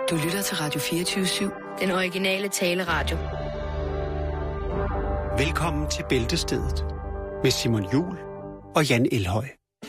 Du lytter til Radio 24/7. Den originale taleradio. Velkommen til Bæltestedet med Simon Jul og Jan Elhøj.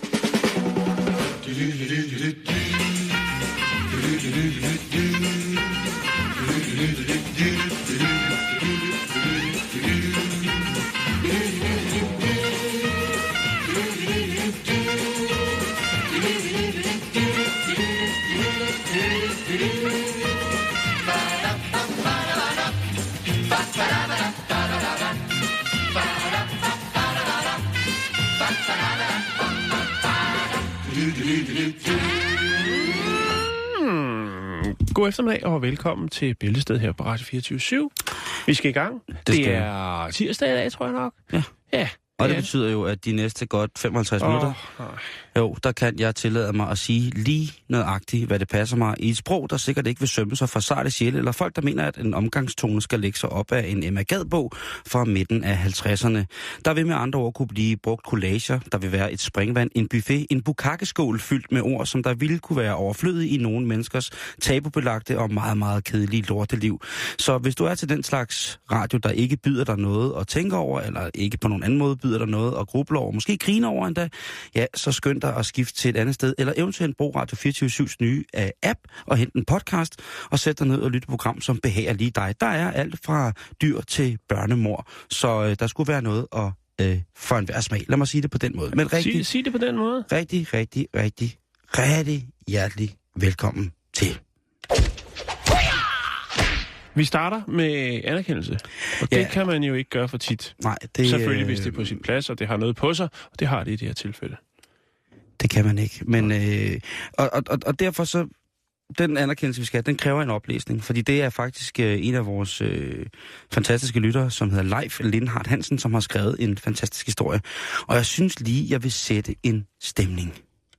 God eftermiddag og velkommen til Bæltestedet her på Radio 24/7. Vi skal i gang. Det er tirsdag i dag, tror jeg nok. Ja. Og det betyder jo, at de næste godt 55 minutter, jo, der kan jeg tillade mig at sige lige nøjagtigt, hvad det passer mig i et sprog, der sikkert ikke vil sømme sig fra sarte sjæle, eller folk, der mener, at en omgangstone skal lægge sig op af en Emma Gad-bog fra midten af 50'erne. Der vil med andre ord kunne blive brugt collager, der vil være et springvand, en buffet, en bukakkeskål fyldt med ord, som der ville kunne være overflødige i nogle menneskers tabubelagte og meget, meget kedelige lorteliv. Så hvis du er til den slags radio, der ikke byder dig noget at tænke over, eller ikke på nogen anden måde byder dig noget at gruble over, måske grine over endda, ja, så skynd dig at skifte til et andet sted, eller eventuelt brug Radio 24/7's nye app og hente en podcast, og sæt dig ned og lytte et program, som behager lige dig. Der er alt fra dyr til børnemor, så der skulle være noget for enhver smag. Lad mig sige det på den måde. Men Sig det på den måde. Rigtig hjertelig velkommen til. Vi starter med anerkendelse, og det kan man jo ikke gøre for tit. Nej, det selvfølgelig, hvis det er på sin plads, og det har noget på sig, og det har det i det her tilfælde. Det kan man ikke, men og derfor så, den anerkendelse, vi skal have, den kræver en oplæsning, fordi det er faktisk en af vores fantastiske lyttere, som hedder Leif Lindhardt Hansen, som har skrevet en fantastisk historie. Og jeg synes lige, jeg vil sætte en stemning.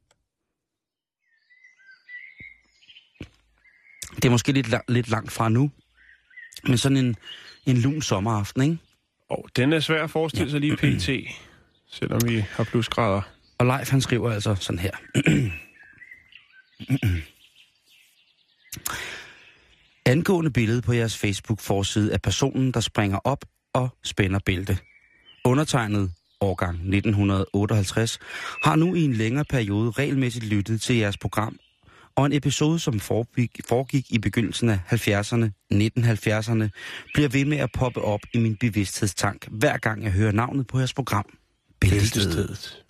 Det er måske lidt langt fra nu, men sådan en lun sommeraften, ikke? Den er svær at forestille sig lige pt, selvom vi har plusgrader. Og Leif, han skriver altså sådan her. Angående billedet på jeres Facebook-forside af personen, der springer op og spænder bælte. Undertegnet årgang 1958, har nu i en længere periode regelmæssigt lyttet til jeres program, og en episode, som foregik i begyndelsen af 70'erne, 1970'erne, bliver ved med at poppe op i min bevidsthedstank, hver gang jeg hører navnet på jeres program. Bæltestedet.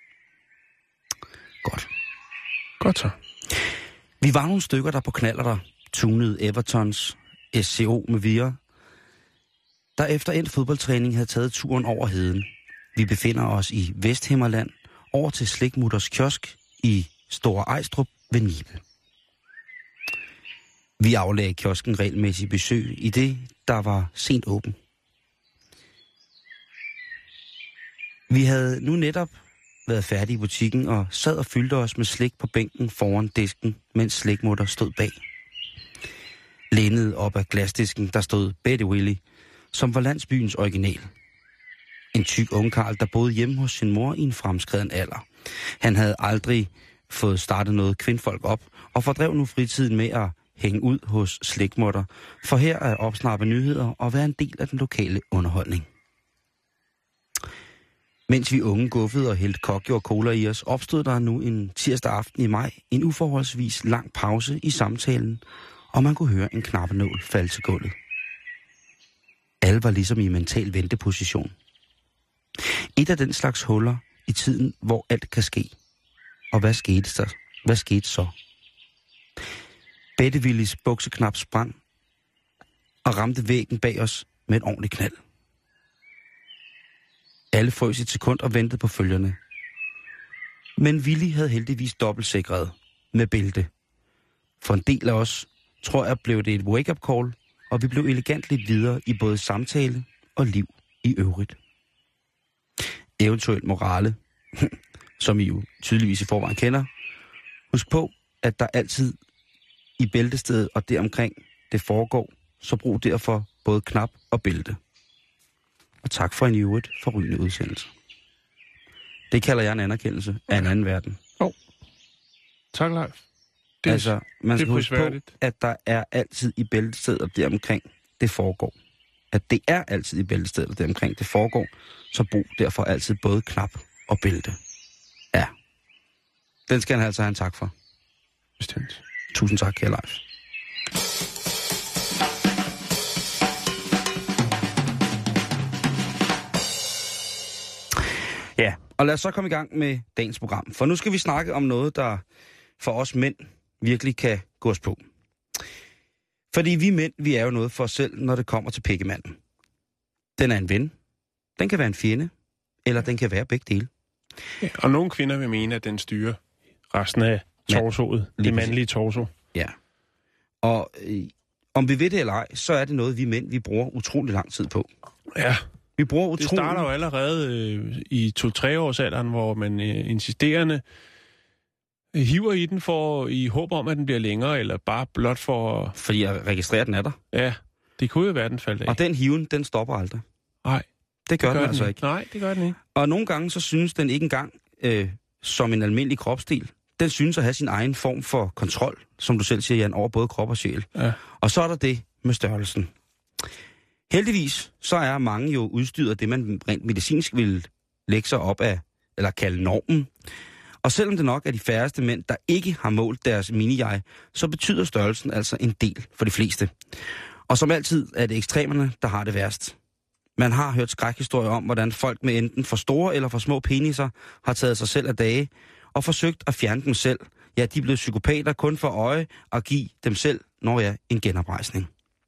Godt så. Vi var nogle stykker, der på knallerter tunede Evertons SCO med videre, der efter endt fodboldtræning havde taget turen over heden. Vi befinder os i Vesthimmerland, over til Slikmutters kiosk i Store Ejstrup ved Nibe. Vi aflagde kiosken regelmæssigt besøg i det, der var sent åben. Vi havde nu netop været færdige i butikken og sad og fyldte os med slik på bænken foran disken, mens Slikmutter stod bag. Lænet op ad glasdisken, der stod Betty Willy, som var landsbyens original. En tyk ungkarl, der boede hjemme hos sin mor i en fremskreden alder. Han havde aldrig fået startet noget kvindfolk op, og fordrev nu fritiden med at hænge ud hos Slikmutter, for her at opsnappe nyheder og være en del af den lokale underholdning. Mens vi unge guffede og hældte kokjord cola i os, opstod der nu en tirsdag aften i maj en uforholdsvis lang pause i samtalen, og man kunne høre en knappenål falde til gulvet. Alle var ligesom i mental venteposition. Et af den slags huller i tiden, hvor alt kan ske. Og hvad skete der? Hvad skete så? Betty Willys bukseknap sprang og ramte væggen bag os med et ordentligt knald. Alle frøs et sekund og ventede på følgerne. Men Willy havde heldigvis dobbeltsikret med bælte. For en del af os, tror jeg, blev det et wake-up call, og vi blev elegant lidt videre i både samtale og liv i øvrigt. Eventuelt morale, som I jo tydeligvis i forvejen kender. Husk på, at der altid i bæltestedet og deromkring det foregår, så brug derfor både knap og bælte. Og tak for en i øvrigt forrygende udsendelse. Det kalder jeg en anerkendelse af en anden verden. Tak, Leif. Man skal huske på, at der er altid i bæltestedet deromkring det foregår. At det er altid i bæltestedet deromkring det foregår, så brug derfor altid både knap og bælte. Ja. Den skal han altså have en tak for. Bestemt. Tusind tak, kære Leif. Ja, og lad os så komme i gang med dagens program. For nu skal vi snakke om noget, der for os mænd virkelig kan gå os på. Fordi vi mænd, vi er jo noget for os selv, når det kommer til pikkemanden. Den er en ven, den kan være en fjende, eller den kan være begge dele. Ja, og nogle kvinder vil mene, at den styrer resten af torsoet, det mandlige torso. Ja. Og om vi ved det eller ej, så er det noget, vi mænd, vi bruger utrolig lang tid på. Ja. Vi bruger utrolig... Det starter jo allerede i 2-3 års alderen, hvor man insisterende hiver i den for i håb om, at den bliver længere, eller bare blot for... Fordi jeg registrerer, den er der. Ja, det kunne jo være, den faldt af. Og den hiven, den stopper aldrig. Nej. Det gør den altså ikke. Nej, det gør den ikke. Og nogle gange, så synes den ikke engang som en almindelig kropsdel. Den synes at have sin egen form for kontrol, som du selv siger, Jan, over både krop og sjæl. Ja. Og så er der det med størrelsen. Heldigvis, så er mange jo udstyret af det, man rent medicinsk vil lægge sig op af, eller kalde normen. Og selvom det nok er de færreste mænd, der ikke har målt deres mini-jeg, så betyder størrelsen altså en del for de fleste. Og som altid er det ekstremerne, der har det værst. Man har hørt skrækhistorier om, hvordan folk med enten for store eller for små peniser har taget sig selv af dage og forsøgt at fjerne dem selv. Ja, de er blevet psykopater kun for øje at give dem selv, når jeg en genoprejsning.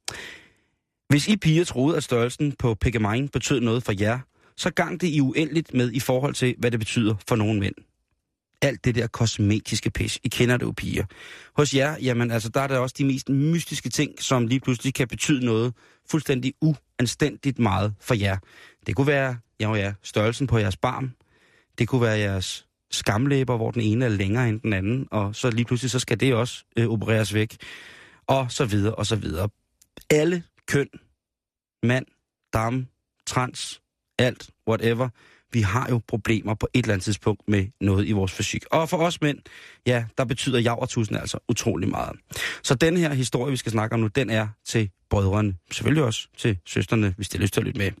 Hvis I piger troede, at størrelsen på pikkemine betød noget for jer, så gang det I uendeligt med i forhold til, hvad det betyder for nogle mænd. Alt det der kosmetiske pis, I kender det jo, piger. Hos jer, jamen altså, der er der også de mest mystiske ting, som lige pludselig kan betyde noget fuldstændig uanstændigt meget for jer. Det kunne være, størrelsen på jeres barm. Det kunne være jeres skamlæber, hvor den ene er længere end den anden, og så lige pludselig så skal det også opereres væk. Og så videre, og så videre. Alle køn, mand, dame, trans, alt, whatever. Vi har jo problemer på et eller andet tidspunkt med noget i vores fysik. Og for os mænd, ja, der betyder javertusen altså utrolig meget. Så den her historie, vi skal snakke om nu, den er til brødrene. Selvfølgelig også til søstrene, hvis de har lyst til at lytte med.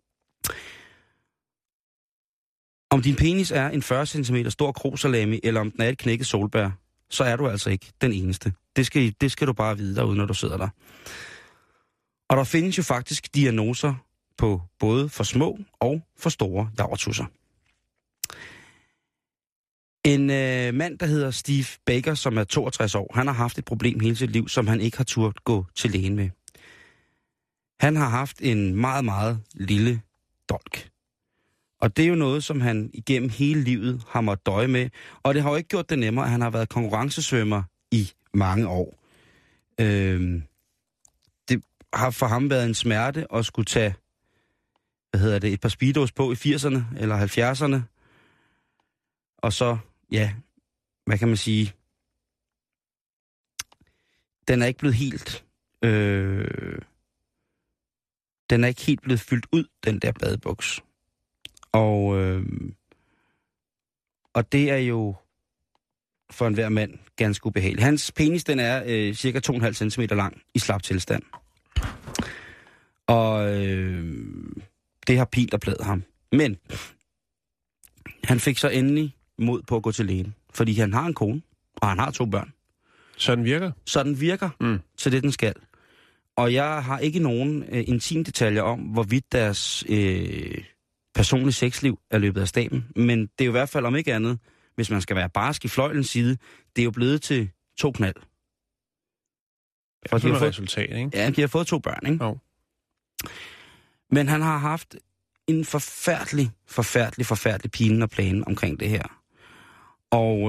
Om din penis er en 40 cm stor krosalami, eller om den er et knækket solbær, så er du altså ikke den eneste. Det skal du bare vide derude, når du sidder der. Og der findes jo faktisk diagnoser på både for små og for store javertusser. En mand, der hedder Steve Baker, som er 62 år, han har haft et problem hele sit liv, som han ikke har turt gå til lægen med. Han har haft en meget, meget lille dolk. Og det er jo noget, som han igennem hele livet har måttet døje med. Og det har jo ikke gjort det nemmere, at han har været konkurrencesvømmer i mange år. Det har for ham været en smerte at skulle tage et par speedos på i 80'erne eller 70'erne. Og så, ja, hvad kan man sige? Den er ikke blevet helt... den er ikke helt blevet fyldt ud, den der badebuks. Og det er jo for enhver mand ganske ubehageligt. Hans penis, den er cirka 2,5 cm lang i slap tilstand. Og det har pint og plaget ham. Men han fik så endelig mod på at gå til lægen. Fordi han har en kone, og han har 2 børn. Så den virker? Så den virker til det, den skal. Og jeg har ikke nogen intime detaljer om, hvorvidt deres personlige sexliv er løbet af staben. Men det er jo i hvert fald om ikke andet, hvis man skal være barsk i fløjlens side, det er jo blevet til 2 knald. For de har fået resultat, ikke? Ja, de har fået 2 børn, ikke? Oh. Men han har haft en forfærdelig pine og plane omkring det her. Og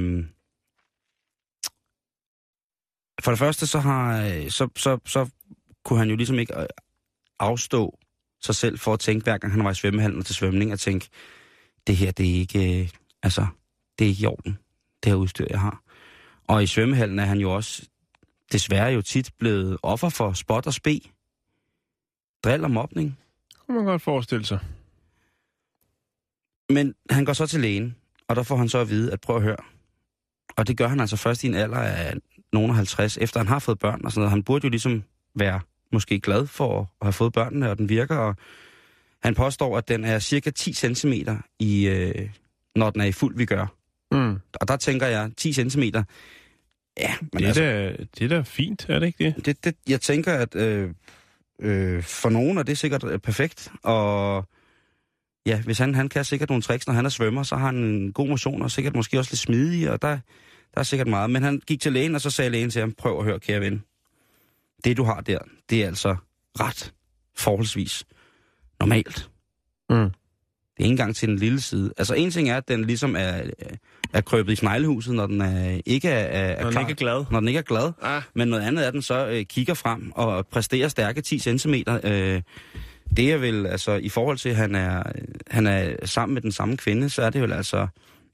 for det første, så kunne han jo ligesom ikke afstå sig selv for at tænke, hver gang han var i svømmehallen til svømning, at tænke, det her, det er ikke, det er ikke i orden, det her udstyr, jeg har. Og i svømmehallen er han jo også, desværre jo tit blevet offer for spot og spe, drill og mobning. Det kan man godt forestille sig. Men han går så til lægen, og der får han så at vide, at prøv at høre. Og det gør han altså først i en alder af nogen 50, efter han har fået børn og sådan noget. Han burde jo ligesom være måske glad for at have fået børnene, og den virker. Og han påstår, at den er cirka 10 cm når den er i fuld vigør. Mm. Og der tænker jeg, 10 cm... Ja, men det er da fint, er det ikke det? Jeg tænker, at for nogen er det sikkert perfekt, og ja, hvis han kan sikkert nogle tricks, når han er svømmer, så har han en god motion, og sikkert måske også lidt smidig, og der er sikkert meget. Men han gik til lægen, og så sagde lægen til ham, prøv at høre, kære ven. Det, du har der, det er altså ret forholdsvis normalt. Mm. Det er ikke engang til den lille side. Altså, en ting er, at den ligesom er krøbet i sneglehuset, når den ikke er når klar. Den ikke er glad. Når den ikke er glad. Ah. Men noget andet er, at den så kigger frem og præsterer stærke 10 cm. Det er vel, altså, i forhold til, at han er sammen med den samme kvinde, så er det vel altså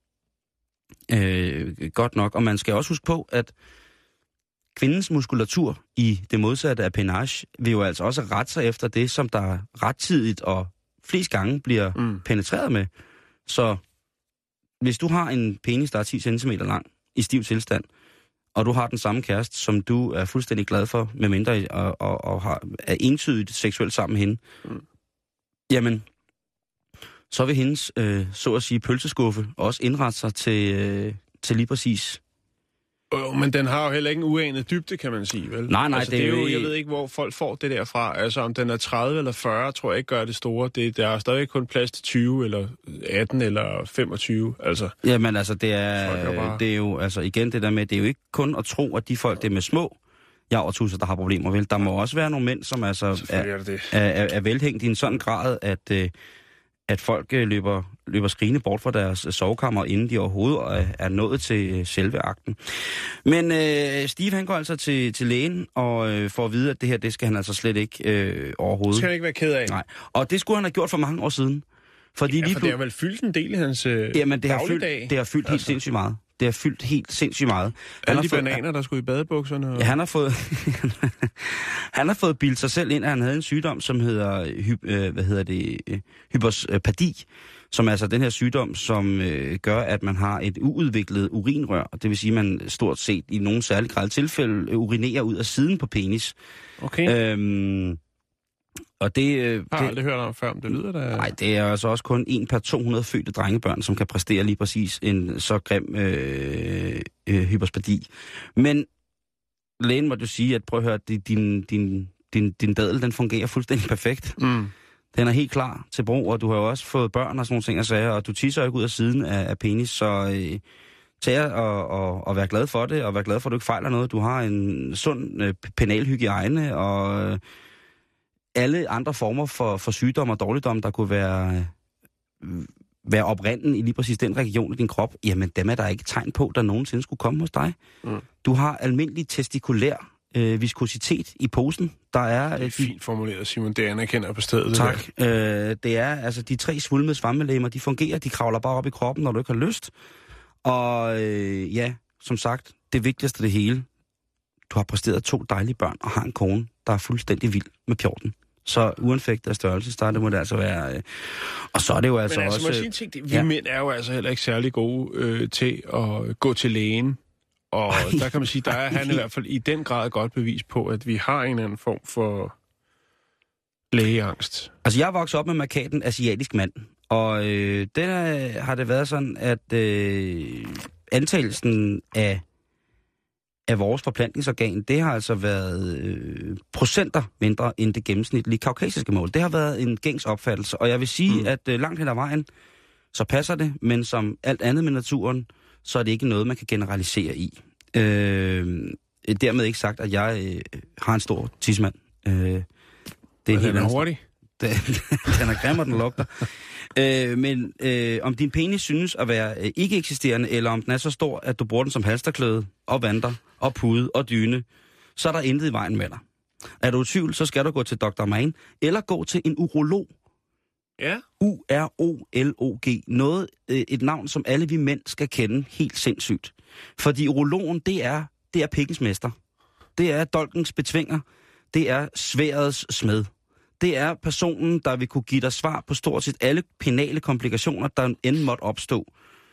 godt nok. Og man skal også huske på, at kvindens muskulatur i det modsatte af penage vil jo altså også rette sig efter det, som der rettidigt og flest gange bliver penetreret med. Så hvis du har en penis, der er 10 cm lang i stiv tilstand, og du har den samme kæreste, som du er fuldstændig glad for, med mindre og er entydigt seksuelt sammen med hende, jamen, så vil hendes, så at sige, pølseskuffe også indrette sig til lige præcis. Men den har jo heller ikke en uanet dybde, kan man sige, vel? Nej, altså, det er jo, jeg ved ikke, hvor folk får det der fra. Altså, om den er 30 eller 40, tror jeg ikke gør det store. Der er stadig kun plads til 20, eller 18, eller 25, altså. Jamen, altså, det er jo, altså, igen det der med, det er jo ikke kun at tro, at de folk, det er med små javertusser, der har problemer, vel? Der må også være nogle mænd, som altså er velhængt i en sådan grad, at folk løber skrigende bort fra deres sovekammer, inden de overhovedet er nået til selve akten. Men Steve, han går altså til lægen og får at vide, at det her, det skal han altså slet ikke overhovedet. Det skal han ikke være ked af. Nej, og det skulle han have gjort for mange år siden. Fordi for det har vel fyldt en del i hans dagligdag. Det har fyldt helt sindssygt meget. Det har fyldt helt sindssygt meget. Alle de bananer, der skulle i badebukserne. Og... Ja, han har fået bildt sig selv ind, at han havde en sygdom, som hedder hypospadi, som er altså den her sygdom, som gør, at man har et uudviklet urinrør. Det vil sige, at man stort set i nogle særlig grad tilfælde urinerer ud af siden på penis. Okay. Og det har jeg aldrig hørt om før, om det lyder da... Nej, det er altså også kun 1 per 200 fødte drengebørn, som kan præstere lige præcis en så grim hypospadi. Men lægen måtte jo sige, at prøv at høre, din dadel, den fungerer fuldstændig perfekt. Mm. Den er helt klar til brug, og du har jo også fået børn og sådan nogle ting at sige, og du tisser ikke ud af siden af penis, så tag og vær glad for det, og vær glad for, at du ikke fejler noget. Du har en sund penalhygiejne, og alle andre former for sygdom og dårligdom, der kunne være oprinden i lige præcis den region i din krop, jamen dem er der ikke tegn på, der nogensinde skulle komme hos dig. Mm. Du har almindelig testikulær viskositet i posen. Der er det er fint formuleret, Simon. Det anerkender på stedet. Tak. Det er altså de 3 svulmede svammelemmer, de fungerer, de kravler bare op i kroppen, når du ikke har lyst. Og ja, som sagt, det vigtigste af det hele, du har præsteret 2 dejlige børn og har en kone, der er fuldstændig vild med pjorten. Så uanfægtet af størrelsesstart, det må det altså være. Og så er det jo altså også... Men altså, må jeg sige en ting, vi mænd er jo altså heller ikke særlig gode til at gå til lægen. Og der kan man sige, der er han i hvert fald i den grad godt bevis på, at vi har en anden form for lægeangst. Altså, jeg er vokset op med markaten asiatisk mand. Og der har det været sådan, at antagelsen af vores forplantningsorgan, det har altså været procenter mindre end det gennemsnitlige kaukasiske mål. Det har været en gængs opfattelse, og jeg vil sige, at langt hen ad vejen, så passer det, men som alt andet med naturen, så er det ikke noget, man kan generalisere i. Dermed ikke sagt, at jeg har en stor tidsmand. Det er helt hurtig. Den er grim, og den lugter. Men om din penis synes at være ikke eksisterende, eller om den er så stor, at du bruger den som halsterklæde, og vanter, og pude, og dyne, så er der intet i vejen med dig. Er du i tvivl, så skal du gå til Dr. Main, eller gå til en urolog. Ja. UROLOG. Et navn, som alle vi mænd skal kende helt sindssygt. Fordi urologen, det er pikkens mester. Det er dolkens betvinger. Det er sværdets smed. Det er personen, der vil kunne give dig svar på stort set alle penale komplikationer, der end måtte opstå.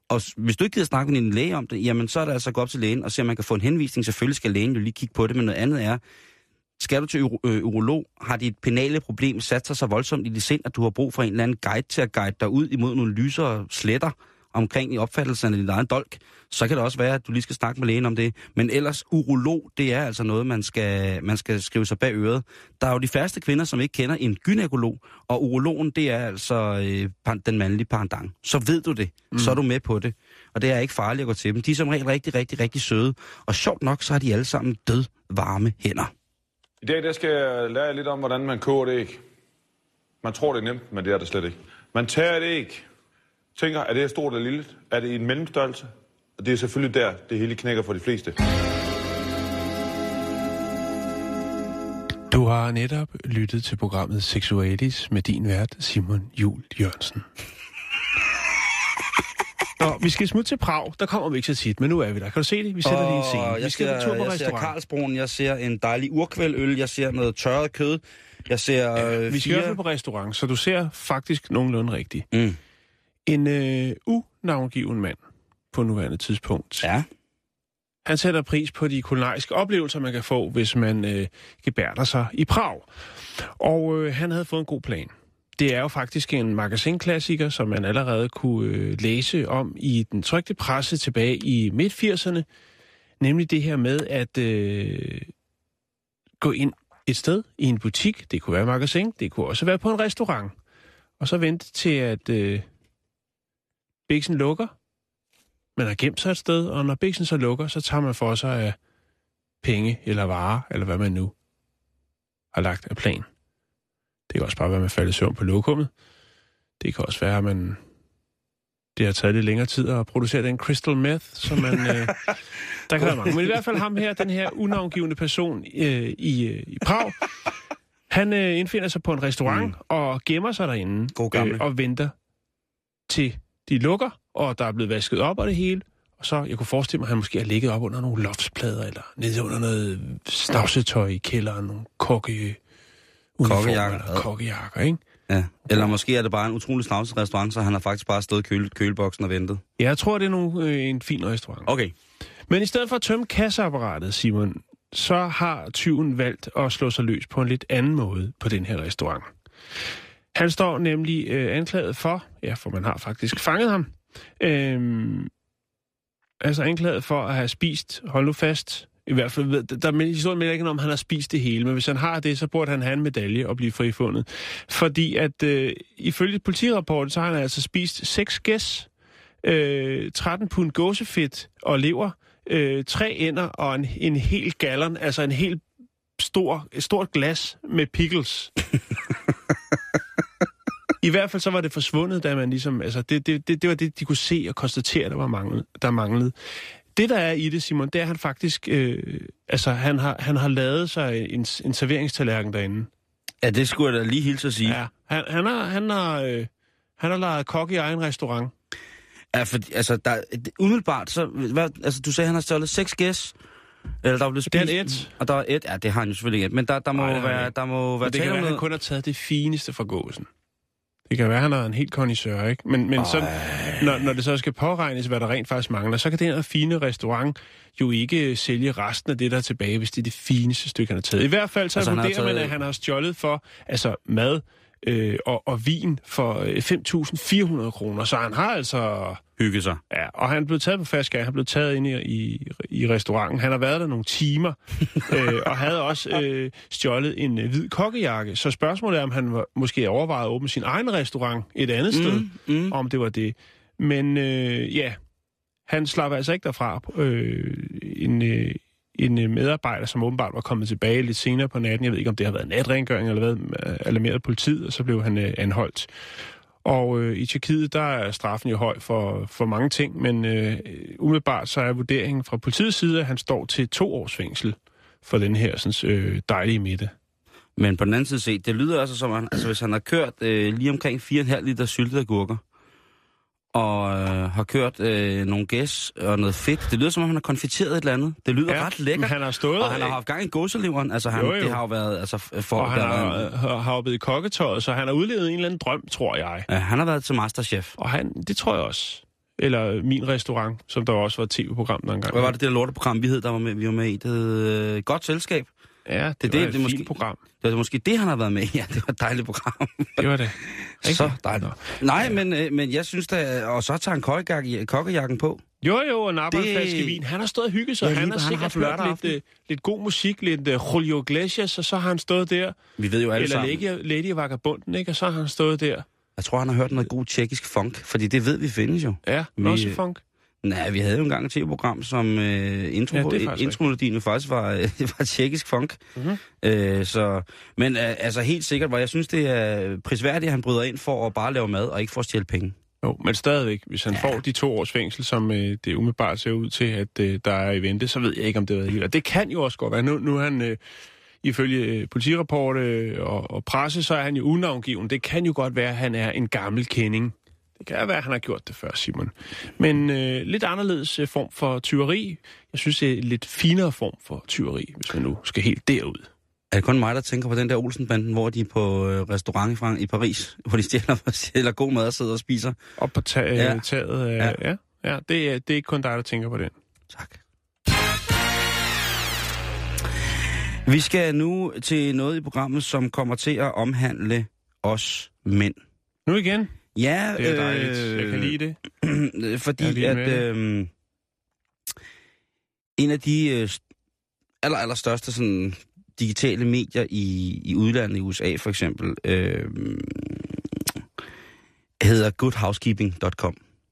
Og hvis du ikke gider snakke med din læge om det, jamen så er det altså at gå op til lægen og se, om man kan få en henvisning. Selvfølgelig skal lægen jo lige kigge på det, men noget andet er, skal du til urolog, har dit penale problem sat sig så voldsomt i dit sind, at du har brug for en eller anden guide til at guide dig ud imod nogle lysere sletter omkring i opfattelsen af din egen dolk, så kan det også være, at du lige skal snakke med lægen om det. Men ellers, urolog, det er altså noget, man skal skrive sig bag øret. Der er jo de færreste kvinder, som ikke kender en gynækolog, og urologen, det er altså den mandlige pendant. Så ved du det, så er du med på det. Og det er ikke farligt at gå til dem. De er som regel rigtig, rigtig, rigtig søde. Og sjovt nok, så har de alle sammen død varme hænder. I dag der skal jeg lære jer lidt om, hvordan man koger et æg. Man tror, det er nemt, men det er det slet ikke. Man tager et æg, tænker, er det stort eller lille? Er det i en mellemstørrelse? Og det er selvfølgelig der, det hele knækker for de fleste. Du har netop lyttet til programmet Sexualis med din vært Simon Juhl Jørgensen. Nå, vi skal smutte til Prag. Der kommer vi ikke så tit, men nu er vi der. Kan du se det? Vi sætter lige en scene. Vi skal på tur på restaurant. Jeg ser Carlsbroen, jeg ser en dejlig urkvældøl, jeg ser noget tørret kød, jeg ser vi skal i hvert fald på restaurant, så du ser faktisk nogenlunde rigtigt. En unavngiven mand på nuværende tidspunkt. Ja. Han sætter pris på de kulinariske oplevelser, man kan få, hvis man gebærder sig i Prag. Og han havde fået en god plan. Det er jo faktisk en magasinklassiker, som man allerede kunne læse om i den trykte presse tilbage i midt-80'erne. Nemlig det her med at gå ind et sted i en butik. Det kunne være et magasin, det kunne også være på en restaurant. Og så vente til, at biksen lukker. Man har gemt sig et sted, og når biksen så lukker, så tager man for sig af penge eller varer, eller hvad man nu har lagt af plan. Det kan også bare være, at man falder i søvn på lokummet. Det kan også være, at det har taget lidt længere tid at producere den crystal meth, som man... der kan være mange. Men i hvert fald ham her, den her unavngivende person i Prag, han indfinder sig på en restaurant og gemmer sig derinde og venter til de lukker, og der er blevet vasket op og det hele. Og så, jeg kunne forestille mig, at han måske har ligget op under nogle loftsplader, eller nede under noget snavsetøj i kælderen, nogle kokkejakker, ikke? Ja. Eller måske er det bare en utrolig snavset restaurant, så han har faktisk bare stået i køleboksen og ventet. Jeg tror, det er en fin restaurant. Okay. Men i stedet for at tømme kasseapparatet, Simon, så har tyven valgt at slå sig løs på en lidt anden måde på den her restaurant. Han står nemlig anklaget for, for man har faktisk fanget ham, altså anklaget for at have spist, hold nu fast, i hvert fald, der historien med ikke om, han har spist det hele, men hvis han har det, så burde han have en medalje og blive frifundet. Fordi at ifølge politirapporten, så har han altså spist 6 gæs, 13 pund gåsefedt og lever, 3 ænder og en hel gallon, altså en helt stort glas med pickles. I hvert fald så var det forsvundet, da man ligesom, altså det var det, de kunne se og konstatere, der manglede. Det, der er i det, Simon, det er, han faktisk, han har lavet sig en serveringstallerken derinde. Ja, det skulle jeg da lige hilse at sige. Ja, han har lavet kok i egen restaurant. Ja, for umiddelbart, så, du sagde, han har stjålet 6 gæs. Eller der blev spist. Det er et. Og der er et, det har han jo selvfølgelig ikke. Men der må være tale om noget. Det kan være, at han kun har taget det fineste fra gåsen. Det kan være, at han er en helt connoisseur, ikke? Men så, når det så skal påregnes, hvad der rent faktisk mangler, så kan den her fine restaurant jo ikke sælge resten af det, der er tilbage, hvis det er det fineste stykke, han har taget. I hvert fald så vurderer man, at han har stjålet for mad og vin for 5.400 kroner. Så han har altså... hygget sig. Ja, og han er blevet taget på fersk. Han blev taget ind i restauranten. Han har været der nogle timer, og havde også stjålet en hvid kokkejakke. Så spørgsmålet er, om han måske overvejede at åbne sin egen restaurant et andet sted, om det var det. Men han slap altså ikke derfra. En medarbejder, som åbenbart var kommet tilbage lidt senere på natten. Jeg ved ikke, om det har været natrengøring eller hvad, alarmeret politiet, og så blev han anholdt. Og i Tjekkiet, der er straffen jo høj for mange ting, men umiddelbart så er vurderingen fra politiets side, at han står til 2 års fængsel for den her dejlige middag. Men på den anden side set, det lyder altså som, hvis han har kørt lige omkring 4,5 liter syltede agurker, og har kørt nogle gæs og noget fedt. Det lyder som om, han har konfiteret et eller andet. Det lyder ret lækkert. Han har stået, og han har haft gang i gåseleveren. Altså, det har jo været... og han har hoppet i kokketøjet, så han har udlevet en eller anden drøm, tror jeg. Ja, han har været til Masterchef. Og det tror jeg også. Eller Min Restaurant, som der også var et tv-program der engang. Hvad var det lorteprogram, vi var med i? Det hed Godt Selskab. Ja, det var et fint måske, program. Det var måske det, han har været med i. Ja, det var et dejligt program. Det var det. Så dejligt. Nej, men jeg synes da... Og så tager han kokkejakken på. Jo, og napper en flaske vin. Han har stået og hygget sig. Ja, han har sikkert hørt lidt god musik, lidt Julio Iglesias, og så har han stået der. Vi ved jo alle sammen. Eller Lady Vagabunden, ikke? Og så har han stået der. Jeg tror, han har hørt noget god tjekkisk funk, fordi det ved vi findes jo. Ja, også funk. Nej, vi havde jo engang et tv-program, som intromelodien faktisk var tjekkisk funk. Mm-hmm. Men altså helt sikkert, hvor jeg synes, det er prisværdigt, at han bryder ind for at bare lave mad og ikke for at stjæle penge. Jo, men stadigvæk, hvis han får de 2 års fængsel, som det umiddelbart ser ud til, at der er i vente, så ved jeg ikke, om det har været helt. Og det kan jo også godt være. Nu er han... Ifølge politirapport og presse, så er han jo unavngiven. Det kan jo godt være, at han er en gammel kending. Det kan være, at han har gjort det før, Simon. Men lidt anderledes form for tyveri. Jeg synes, det er en lidt finere form for tyveri, hvis man nu skal helt derud. Er det kun mig, der tænker på den der Olsenbanden, hvor de er på restaurant i Paris, hvor de stjæler god mad og sidder og spiser? Op på taget. Ja, det er ikke kun dig, der tænker på den. Tak. Vi skal nu til noget i programmet, som kommer til at omhandle os mænd. Nu igen? Ja. Det er dejligt. Jeg kan lide det. Fordi at en af de allerstørste sådan, digitale medier i udlandet, i USA for eksempel, hedder goodhousekeeping.com.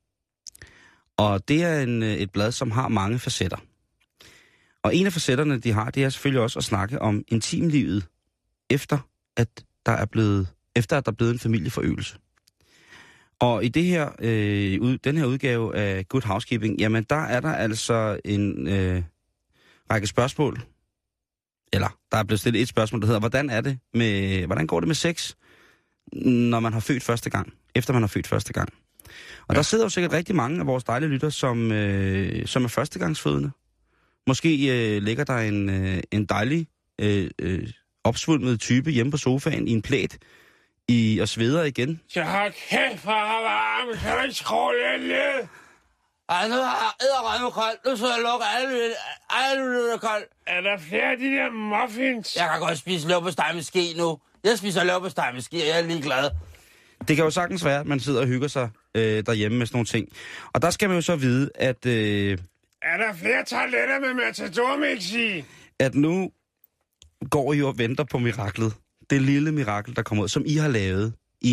Og det er et blad, som har mange facetter. Og en af facetterne, de har, det er selvfølgelig også at snakke om intimlivet, efter at der er blevet en familieforøgelse. Og i den her udgave af Good Housekeeping, jamen der er der altså en række spørgsmål. Eller der er blevet stillet et spørgsmål, der hedder, hvordan går det med sex, når man har født første gang, efter man har født første gang. Og der sidder jo sikkert rigtig mange af vores dejlige lytter, som er førstegangsfødende. Måske ligger der en dejlig opsvulmet type hjemme på sofaen i en plæt og sveder igen. Jeg har kæft for varme, kan du ikke skrue lidt ned? Ej, nu er edderrømme koldt. Nu skal jeg lukke alle lytter koldt. Er der flere af de der muffins? Jeg kan godt spise leverpostej med ske nu. Jeg spiser leverpostej med ske, og jeg er ligeglad. Det kan jo sagtens være, at man sidder og hygger sig derhjemme med sådan nogle ting. Og der skal man jo så vide, at... Er der flere toiletter med matadormix i? At nu går I og venter på miraklet. Det lille mirakel, der kommer ud, som I har lavet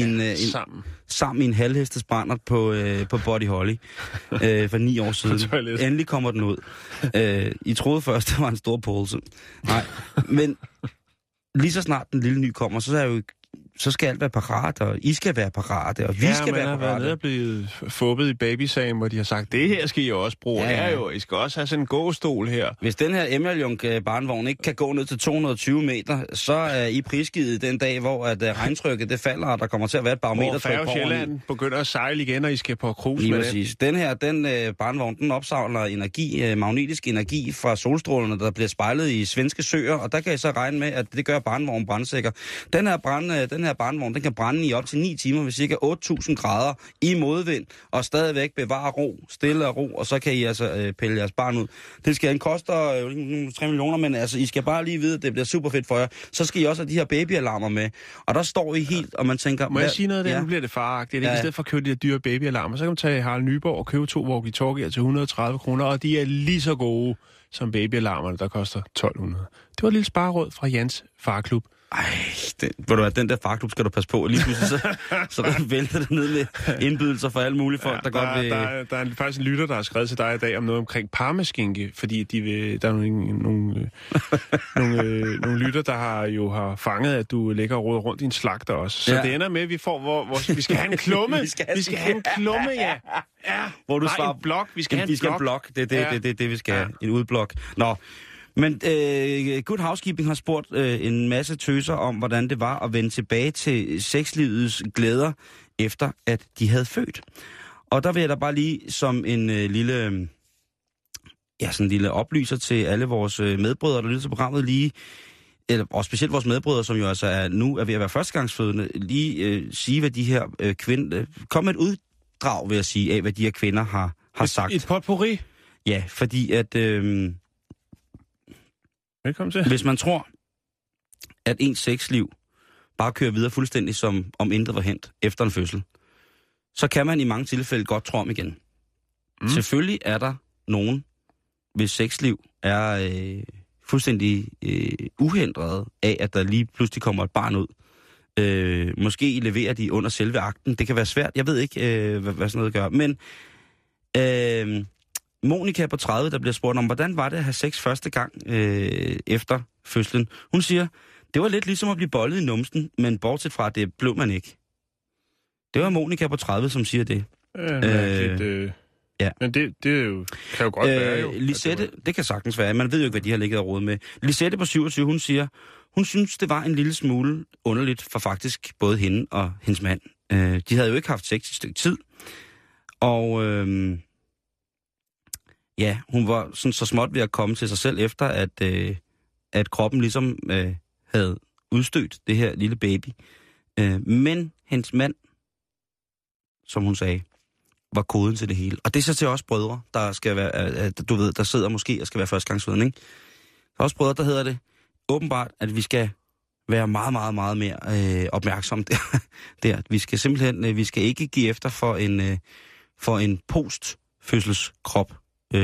sammen i en halvhestes brændert på Body Holly for 9 år siden. Endelig kommer den ud. I troede først, det var en stor pølse. Nej, men lige så snart den lille ny kommer, så skal alt være parat, og I skal være parate, og vi skal være parate. Ja, man har været blevet fubbet i babysagen, hvor de har sagt, det her skal I også bruge. Ja, jo, I skal også have sådan en gåstol her. Hvis den her Emmaljunk-barnvogn ikke kan gå ned til 220 meter, så er I prisgivet den dag, hvor at regntrykket det falder, og der kommer til at være et barometertryk på. Hvor Færge Sjælland begynder at sejle igen, og I skal på cruise med præcis. Den barnvogn, den opsavler energi, magnetisk energi fra solstrålerne, der bliver spejlet i svenske søer, og der kan I så regne med, at det gør barnvognen brandsikker. Den her barnvogn, den kan brænde i op til 9 timer ved ca. 8.000 grader i modvind, og stadigvæk bevare ro, stille og ro, og så kan I altså pille jeres barn ud. Den koster 3 millioner, men altså, I skal bare lige vide, at det bliver super fedt for jer. Så skal I også have de her babyalarmer med. Og der står I helt, og man tænker... Må jeg sige noget af det? Nu bliver det faragtigt. I stedet for at købe de her dyre babyalarmer, så kan man tage Harald Nyborg og købe 2 walkie-talkier til 130 kroner, og de er lige så gode som babyalarmerne, der koster 1.200. Det var et lille spareråd fra Jans Farklub. Ej, den der farklub skal du passe på. Lige pludselig så vælter det ned med indbydelser for alle mulige folk, der godt vil... Der er faktisk en lytter, der har skrevet til dig i dag om noget omkring parmaskinke, fordi der er nogle lytter, der har fanget, at du ligger og roder rundt i en slagter også. Så det ender med, at vi får vi skal have en klumme. vi skal have en klumme, ja. Hvor du svarer en blok. Vi skal have en blok. Det er det, vi skal have. En udblok. Nå. Men Good Housekeeping har spurgt en masse tøser om, hvordan det var at vende tilbage til sexlivets glæder, efter at de havde født. Og der vil jeg da bare lige som en lille oplyser til alle vores medbrødre, der lytter til programmet og specielt vores medbrødre, som jo altså nu er ved at være førstegangsfødende, lige sige, hvad de her kvinder... Kom med et uddrag, vil jeg sige, af hvad de her kvinder har sagt. Et potpourri? Ja, fordi at... Velkommen til. Hvis man tror, at ens sexliv bare kører videre fuldstændig som om intet var hent efter en fødsel, så kan man i mange tilfælde godt tro om igen. Selvfølgelig er der nogen, hvis sexliv er fuldstændig uhindret af, at der lige pludselig kommer et barn ud. Måske leverer de under selve akten. Det kan være svært. Jeg ved ikke, hvad sådan noget gør. Men Monika på 30, der bliver spurgt om, hvordan var det at have sex første gang efter fødslen? Hun siger, det var lidt ligesom at blive bollet i numsen, men bortset fra, det blev man ikke. Det var Monika på 30, som siger det. Ja. Men det jo, kan jo godt være jo. Lisette, det kan sagtens være. Man ved jo ikke, hvad de har ligget og rodet med. Lisette på 27, hun siger, hun synes, det var en lille smule underligt for faktisk både hende og hendes mand. De havde jo ikke haft sex i et stykke tid. Og hun var sådan så småt ved at komme til sig selv efter, at kroppen ligesom havde udstødt det her lille baby. Men hendes mand, som hun sagde, var koden til det hele. Og det er så til os brødre, der skal være, du ved, der sidder måske og skal være førstegangsfødende, ikke? Der er også brødre, der hedder det åbenbart, at vi skal være meget, meget, meget mere opmærksomme der. Vi skal simpelthen, vi skal ikke give efter for en postfødselskrop.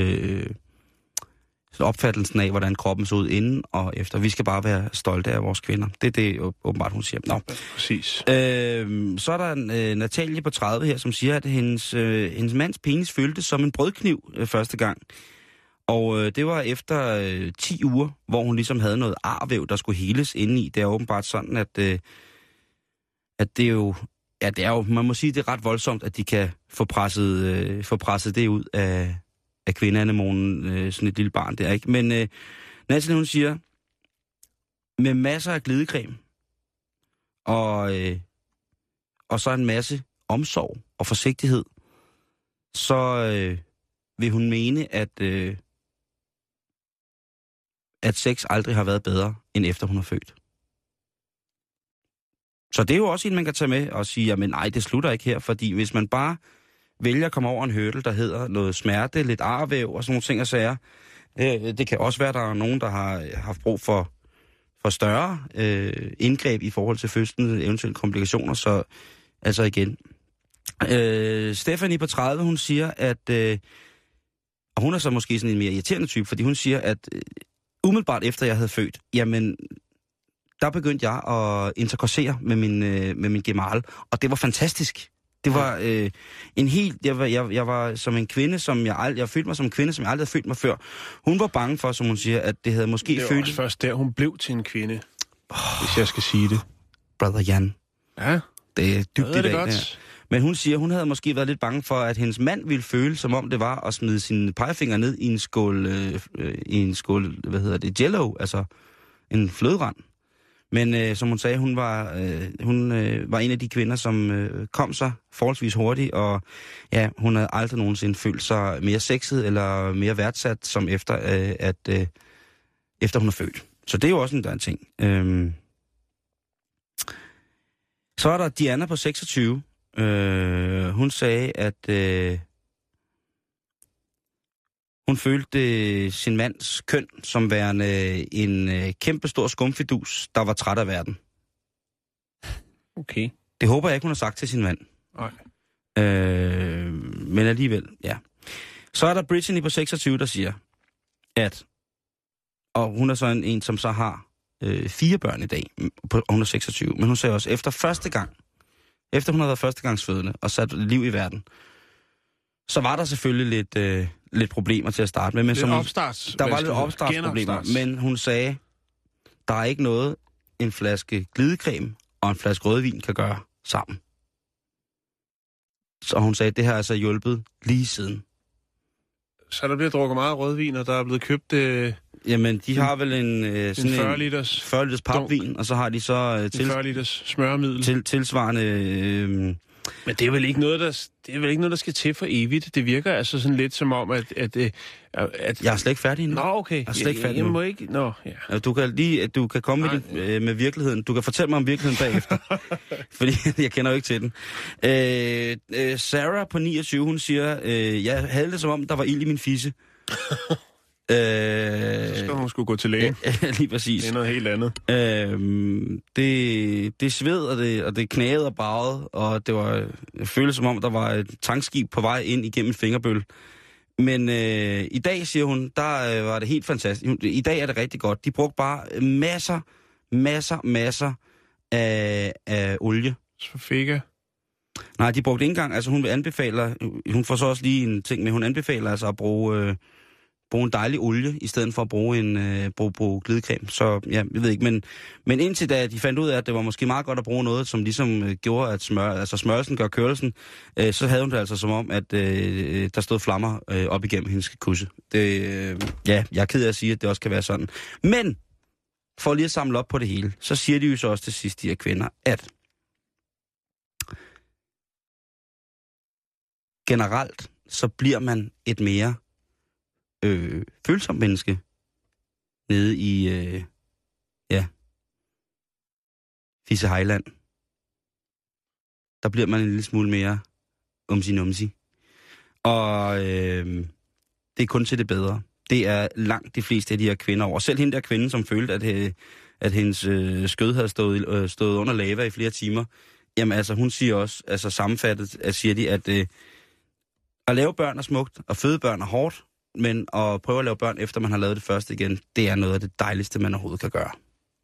Opfattelsen af, hvordan kroppen så ud inden og efter. Vi skal bare være stolte af vores kvinder. Det er det åbenbart, hun siger. Nå. Præcis. Så er der Natalie på 30 her, som siger, at hendes mands penis føltes som en brødkniv første gang. Og det var efter 10 uger, hvor hun ligesom havde noget arvæv, der skulle heles indeni. Det er åbenbart sådan, at det er jo... Ja, det er jo... Man må sige, det er ret voldsomt, at de kan få presset det ud af kvindeanemonen, sådan et lille barn der, ikke? Men Natalie, hun siger, med masser af glidecreme, og så en masse omsorg og forsigtighed, så vil hun mene, at sex aldrig har været bedre, end efter hun er født. Så det er jo også en, man kan tage med og sige, jamen nej, det slutter ikke her, fordi hvis man bare vælger at komme over en hurdle, der hedder noget smerte, lidt arvæv og sådan nogle ting og sager. Det kan også være, at der er nogen, der har haft brug for større indgreb i forhold til fødslen, eventuelle komplikationer. Så altså igen. Stephanie på 30, hun siger, at... og hun er så måske sådan en mere irriterende type, fordi hun siger, at umiddelbart efter jeg havde født, jamen, der begyndte jeg at interkorsere med min gemal, og det var fantastisk. Det var en helt... Jeg var som en kvinde, som jeg følte mig som en kvinde, som jeg aldrig havde følt mig før. Hun var bange for, som hun siger, at det havde måske følt... Det var også først der, hun blev til en kvinde, hvis jeg skal sige det. Brother Jan. Ja. Det er dybt i dag. Godt. Men hun siger, hun havde måske været lidt bange for, at hendes mand ville føle, som om det var at smide sine pegefinger ned i en skål, jello, altså en fløderand. Men som hun sagde, hun var en af de kvinder, som kom sig forholdsvis hurtigt, og ja, hun havde aldrig nogensinde følt sig mere sexet eller mere værdsat, som efter hun er født. Så det er jo også en ting. Så er der Diana på 26. Hun sagde, at hun følte sin mands køn som værende en kæmpe stor skumfidus, der var træt af verden. Okay. Det håber jeg ikke, hun har sagt til sin mand. Nej. Men alligevel, ja. Så er der Brittany på 26, der siger, at... Og hun er så en som så har 4 børn i dag, og hun er 26. Men hun sagde også, efter hun havde været førstegangsfødende og sat liv i verden, så var der selvfølgelig lidt problemer til at starte med. Men der var lidt opstartsproblemer, men hun sagde, der er ikke noget, en flaske glidecreme og en flaske rødvin kan gøre sammen. Så hun sagde, det har altså hjulpet lige siden. Så der bliver drukket meget rødvin, og der er blevet købt... Jamen, de har vel en 40 liters papvin, og så har de så... 40 liters smørmiddel. Tilsvarende Men det er vel ikke noget, der skal til for evigt. Det virker altså sådan lidt som om, at jeg er slet ikke færdig nu. Nå, okay. Jeg er slet ikke færdig nu. Jeg må ikke... Nå, ja. Du kan komme med virkeligheden. Du kan fortælle mig om virkeligheden bagefter. Fordi jeg kender jo ikke til den. Sarah på 29, hun siger, jeg havde det som om, der var ild i min fisse. Så skal hun skulle gå til lægen. Lige præcis. Det er noget helt andet. Det sved, og det knagede og bragede, og det føltes som om, der var et tankskib på vej ind igennem et fingerbøl. Men i dag, siger hun, der var det helt fantastisk. I dag er det rigtig godt. De brugte bare masser af olie. Så fik jeg. Nej, de brugte ikke engang, altså hun får så også lige en ting med, hun anbefaler altså at bruge en dejlig olie, i stedet for at bruge glidecreme. Så ja, jeg ved ikke, men indtil da de fandt ud af, at det var måske meget godt at bruge noget, som ligesom gjorde, at smørelsen gør kørelsen, så havde hun det altså som om, at der stod flammer op igennem hendes kusse. Jeg er ked af at sige, at det også kan være sådan. Men, for lige at samle op på det hele, så siger de jo så også til sidst, de her kvinder, at generelt, så bliver man et mere følsomt menneske nede i Fisse Hejland. Der bliver man en lille smule mere umsi-numsi. Og det er kun til det bedre. Det er langt de fleste af de her kvinder over. Selv hende der kvinde, som følte, at hendes skød havde stået under lava i flere timer. Jamen altså, hun siger også, altså sammenfattet, siger de, at lave børn er smukt, og føde børn er hårdt, men at prøve at lave børn, efter man har lavet det første igen, det er noget af det dejligste, man overhovedet kan gøre.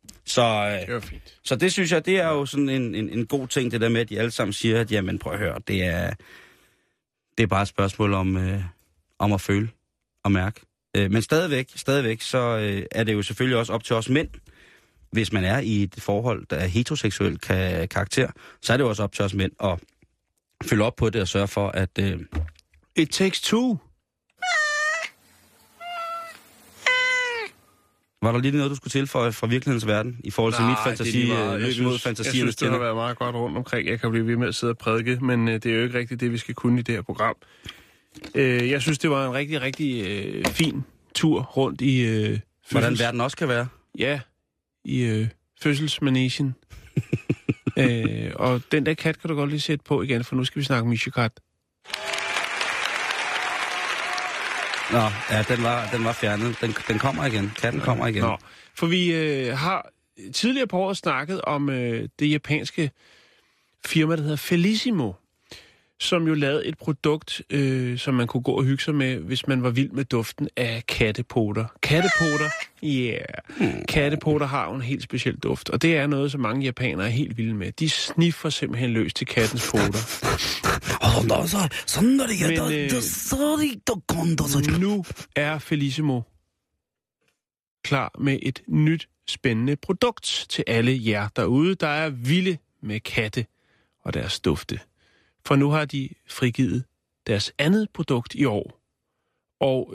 Så det synes jeg, det er jo sådan en god ting, det der med, at de alle sammen siger, at jamen prøv at høre, det er bare et spørgsmål om at føle og mærke. Men stadigvæk, så er det jo selvfølgelig også op til os mænd, hvis man er i et forhold, der er heteroseksuel karakter, så er det jo også op til os mænd at følge op på det og sørge for, at It takes two. Var der lige noget, du skulle tilføje fra virkelighedens verden, i forhold til mit fantasi, mod fantasi? Jeg synes, det har været meget godt rundt omkring. Jeg kan blive ved med at sidde og prædike, men det er jo ikke rigtigt det, vi skal kunne i det her program. Jeg synes, det var en rigtig, rigtig fin tur rundt i hvordan verden også kan være. Ja, i fødselsmanagen. Og den der kat kan du godt lige sætte på igen, for nu skal vi snakke Mishikat. Nå, ja, den var fjernet. Den kommer igen. Katten kommer igen. Nå, for vi har tidligere på året snakket om det japanske firma, der hedder Felissimo, som jo lavede et produkt, som man kunne gå og hygge sig med, hvis man var vild med duften af kattepoter. Kattepoter, Kattepoter har jo en helt speciel duft, og det er noget, som mange japanere er helt vilde med. De sniffer simpelthen løs til kattens poter. Men nu er Felissimo klar med et nyt, spændende produkt til alle jer derude, der er vilde med katte og deres dufte. For nu har de frigivet deres andet produkt i år. Og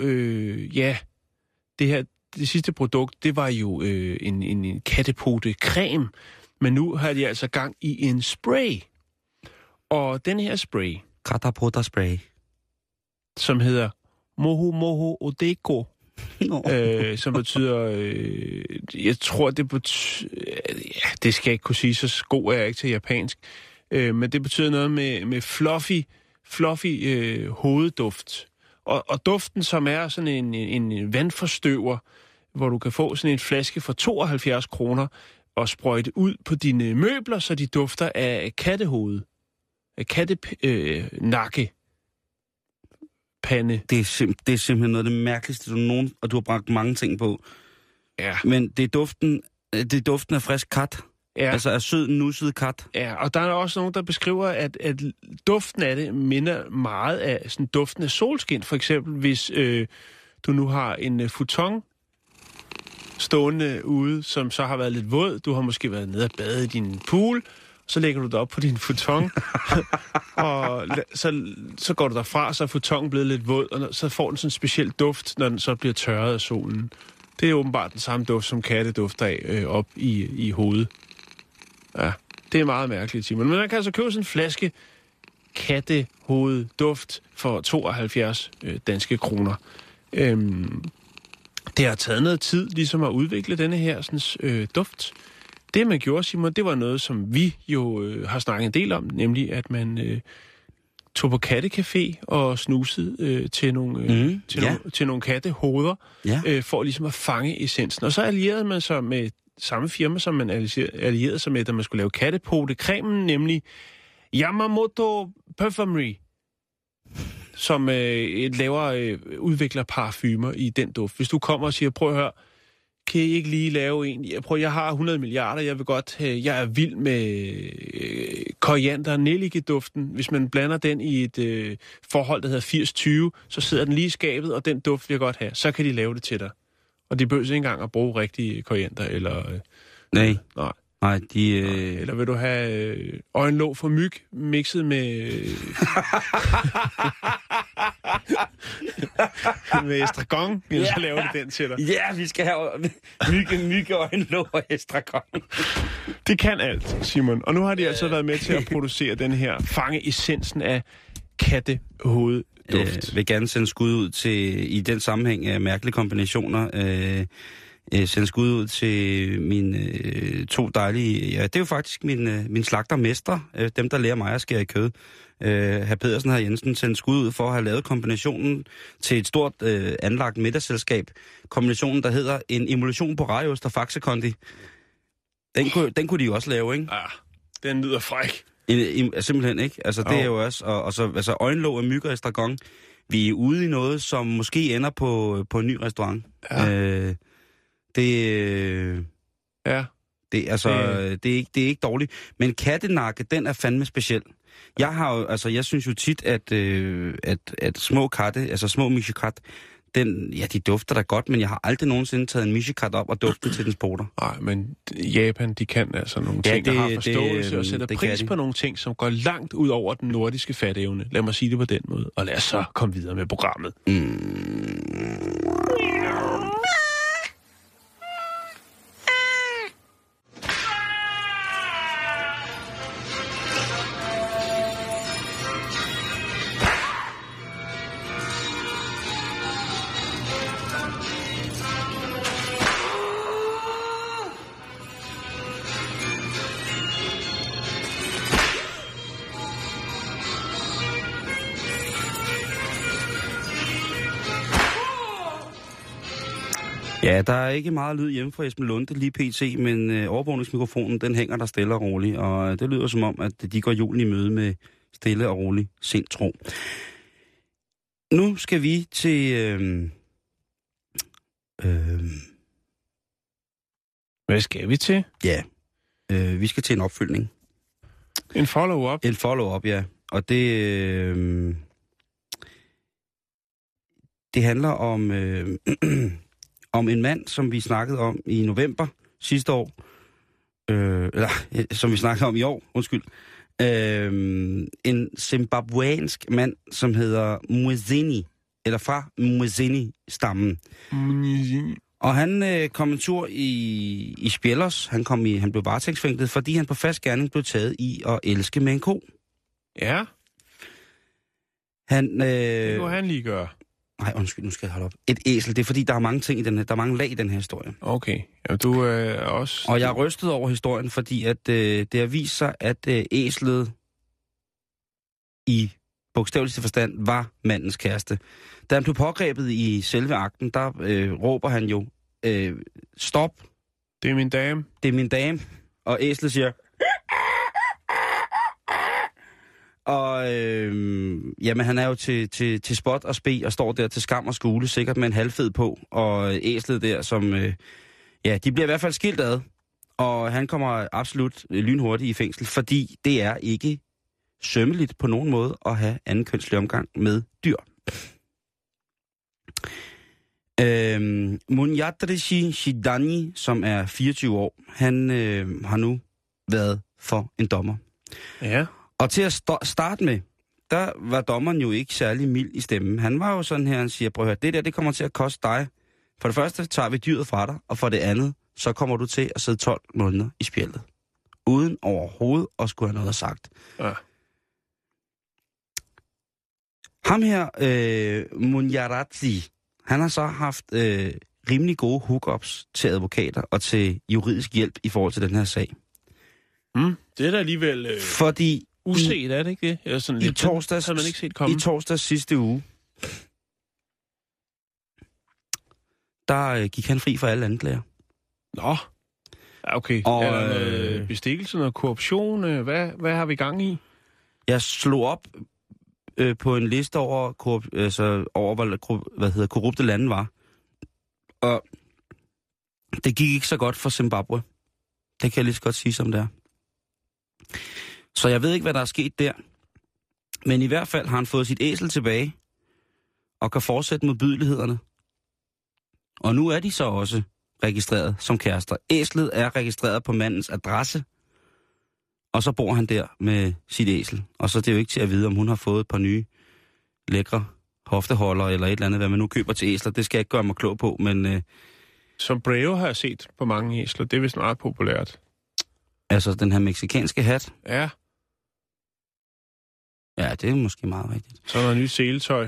det sidste produkt, det var jo en kattepote-creme. Men nu har de altså gang i en spray. Og den her spray, Katapota-spray, som hedder Moho Moho Odeko, som betyder, jeg tror det betyder, det skal jeg ikke kunne sige, så god er jeg ikke til japansk, men det betyder noget med fluffy hovedduft. Og duften, som er sådan en vandforstøver, hvor du kan få sådan en flaske for 72 kroner og sprøjte ud på dine møbler, så de dufter af kattehoved. Af kattenakke. Pande. Det er simpelthen noget af det mærkeligste, og du har bragt mange ting på. Ja. Men det er duften af frisk kat. Ja. Altså af sød, nusset kat. Ja, og der er også nogen, der beskriver, at duften af det minder meget af sådan duften af solskin. For eksempel, hvis du nu har en futon stående ude, som så har været lidt våd. Du har måske været nede og bade i din pool. Så lægger du det op på din futon, og så går du derfra, så er futongen blevet lidt våd, og så får den sådan en speciel duft, når den så bliver tørret af solen. Det er åbenbart den samme duft, som katte dufter af op i hovedet. Ja, det er meget mærkeligt, Simon. Men man kan altså købe sådan en flaske kattehovedduft for 72 danske kroner. Det har taget noget tid ligesom at udvikle denne her sådan, duft. Det, man gjorde, Simon, det var noget, som vi jo har snakket en del om, nemlig at man tog på kattecafé og snusede til nogle kattehoveder, for ligesom at fange essensen. Og så allierede man sig med samme firma, som man allierede sig med, da man skulle lave kattepote-cremen, nemlig Yamamoto Perfumery, som udvikler parfumer i den duft. Hvis du kommer og siger, prøv at høre, kan I ikke lige lave en? Jeg har 100 milliarder, jeg er vild med koriander nellikeduften. Hvis man blander den i et forhold, der hedder 80-20, så sidder den lige i skabet, og den duft vil jeg godt have. Så kan de lave det til dig. Og de behøver ikke engang at bruge rigtig koriander, eller... Nej. Eller vil du have øjenlåg for myg, mixet med... med estragon, så laver de den til dig. Ja, vi skal have myg øjenlåg og estragon. Det kan alt, Simon. Og nu har de altså været med til at producere den her fange essensen af kattehovedduft. Jeg vil gerne sende skud ud til, i den sammenhæng af mærkelige kombinationer, sende skud ud til mine to dejlige... Ja, det er jo faktisk min slagtermestre, dem der lærer mig at skære i kød. Hr. Pedersen og Jensen sendte skud ud for at have lavet kombinationen til et stort anlagt middagsselskab. Kombinationen, der hedder en emulsion på rajost og Faxe Kondi. Den kunne de jo også lave, ikke? Ja, den lyder fræk. Simpelthen, ikke? Altså, det er jo også... Og så altså, øjenlåg af myg og estragon. Vi er ude i noget, som måske ender på en ny restaurant. Ja. Det er ikke dårligt. Men kattenakke, den er fandme speciel. Jeg synes jo tit, at små katte, altså små mishikat, de dufter da godt, men jeg har aldrig nogensinde taget en mishikat op og duftet til dens poter. Nej, men Japan, de kan altså nogle ting, der har forståelse og sætter pris på nogle ting, som går langt ud over den nordiske fatteevne. Lad mig sige det på den måde, og lad os så komme videre med programmet. Ja, der er ikke meget lyd hjemme fra Esben Lunde lige pt, men overvågningsmikrofonen, den hænger der stille og roligt, og det lyder som om, at de går julen i møde med stille og rolig sindtro. Nu skal vi til... Hvad skal vi til? Ja, vi skal til en opfølgning. En follow-up? En follow-up, ja. Og det handler om... om en mand, som vi snakkede om i november sidste år, som vi snakkede om i år, undskyld. En zimbabweansk mand, som hedder Mwesigeni, eller fra Mwesigeni-stammen. Og han kom en tur i Spjellers. Han blev varetægtsfængslet, fordi han på fast gerning blev taget i at elske med en ko. Ja. Det kunne han lige gøre. Nej, undskyld, nu skal jeg holde op. Et æsel, det er fordi, der er mange ting i den her, der er mange lag i den her historie. Okay, ja, du er også... Og jeg er rystet over historien, fordi at, det har vist sig, at æslet i bogstaveligste forstand var mandens kæreste. Da han blev pågrebet i selve akten, der råber han jo, stop. Det er min dame. Det er min dame. Og æslet siger... Og jamen, han er jo til spot og spe og står der til skam og skule, sikkert med en halvfed på. Og æslet der, som... de bliver i hvert fald skilt ad. Og han kommer absolut lynhurtigt i fængsel, fordi det er ikke sømmeligt på nogen måde at have anden kønslig omgang med dyr. Munyadrishi Shidani, som er 24 år, han har nu været for en dommer. Ja. Og til at starte med, der var dommeren jo ikke særlig mild i stemmen. Han var jo sådan her, han siger, prøv at høre, det kommer til at koste dig. For det første tager vi dyret fra dig, og for det andet, så kommer du til at sidde 12 måneder i spjældet. Uden overhovedet at skulle have noget sagt. Ja. Ham her, Munyaradzi, han har så haft rimelig gode hookups til advokater og til juridisk hjælp i forhold til den her sag. Det er da alligevel fordi uset, er det ikke det? Eller sådan lidt, torsdags, man ikke set komme. I torsdags sidste uge, der gik han fri for alle anklager. Nå, ja, okay. Og, er der noget bestikkelse, noget korruption? Hvad har vi gang i? Jeg slog op på en liste over, hvad korrupte lande var. Og det gik ikke så godt for Zimbabwe. Det kan jeg lige så godt sige, som det er. Så jeg ved ikke, hvad der er sket der. Men i hvert fald har han fået sit æsel tilbage og kan fortsætte modbydelighederne. Og nu er de så også registreret som kærester. Æslet er registreret på mandens adresse, og så bor han der med sit æsel. Og så er det jo ikke til at vide, om hun har fået et par nye lækre hofteholdere eller et eller andet, hvad man nu køber til æsler. Det skal jeg ikke gøre mig klog på, men... Som Brave har jeg set på mange æsler. Det er vist meget populært. Altså den her mexikanske hat? Ja. Ja, det er måske meget rigtigt. Så er der nyt seletøj.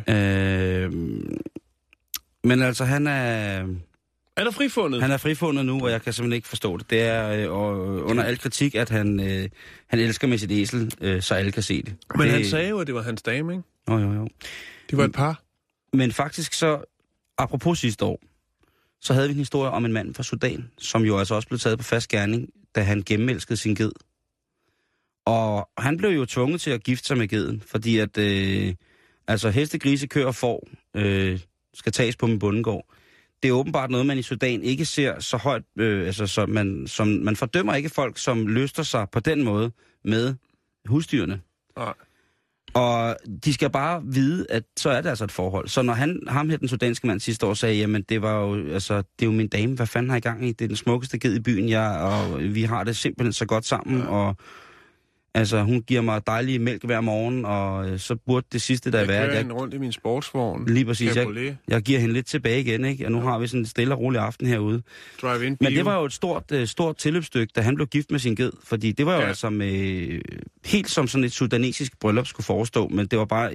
Men altså, han er... Er der frifundet? Han er frifundet nu, og jeg kan simpelthen ikke forstå det. Det er under al kritik, at han elsker med sit æsel, så alle kan se det. Men han sagde jo, at det var hans dame, ikke? Jo. Det var et par. Men faktisk så, apropos sidste år, så havde vi en historie om en mand fra Sudan, som jo altså også blev taget på fast gerning, da han gennemelskede sin ged. Og han blev jo tvunget til at gifte sig med geden, fordi at heste, grise, køer og får skal tages på min bondegård. Det er åbenbart noget, man i Sudan ikke ser så højt, man fordømmer ikke folk, som lyster sig på den måde med husdyrene. Nej. Og de skal bare vide, at så er det altså et forhold. Så når ham her, den sudanske mand sidste år, sagde, jamen det var jo, det er jo min dame, hvad fanden har I gang i? Det er den smukkeste ged i byen, og vi har det simpelthen så godt sammen, ja. Og altså, hun giver mig dejlig mælk hver morgen, og så burde det sidste der være... Jeg kører hende rundt i min sportsvogn. Lige præcis. Jeg giver hende lidt tilbage igen, ikke? Og nu har vi sådan en stille og rolig aften herude. Drive-in Men det var jo et stort tilløbsstykke, da han blev gift med sin ged. Fordi det var jo altså med... Helt som sådan et sudanesisk bryllup skulle forestå, men det var bare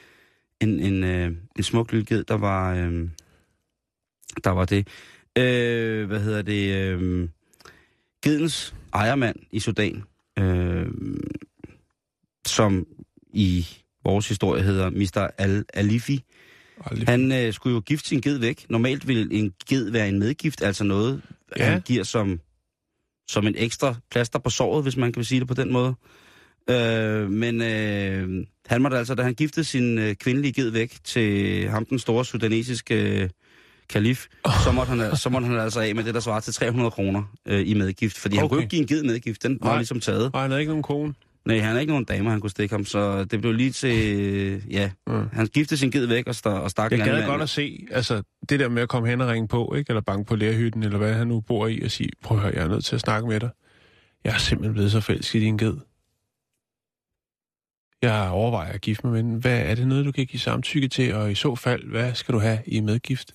en smuk lille ged, der var det. Gedens ejermand i Sudan... som i vores historie hedder Mr. Alifi. Han skulle jo gifte sin ged væk. Normalt ville en ged være en medgift, altså noget, han giver som en ekstra plaster på såret, hvis man kan sige det på den måde. Men han måtte altså, da han giftede sin kvindelige ged væk til ham, den store sudanesiske kalif, så måtte han altså af med det, der svarer til 300 kroner i medgift. Fordi han kunne ikke give en ged medgift, den var ligesom taget. Og han havde ikke nogen kone? Nej, han havde ikke nogen damer, han kunne stikke ham, så det blev lige til, han giftede sin ged væk og stak en anden mand. Jeg gad godt at se, altså det der med at komme hen og ringe på, ikke? Eller banke på lærhytten, eller hvad han nu bor i, og sige, prøv at høre, jeg er nødt til at snakke med dig. Jeg er simpelthen blevet så forelsket i din ged. Jeg overvejer at gifte mig med den. Hvad er det noget, du kan give samtykke til, og i så fald, hvad skal du have i medgift?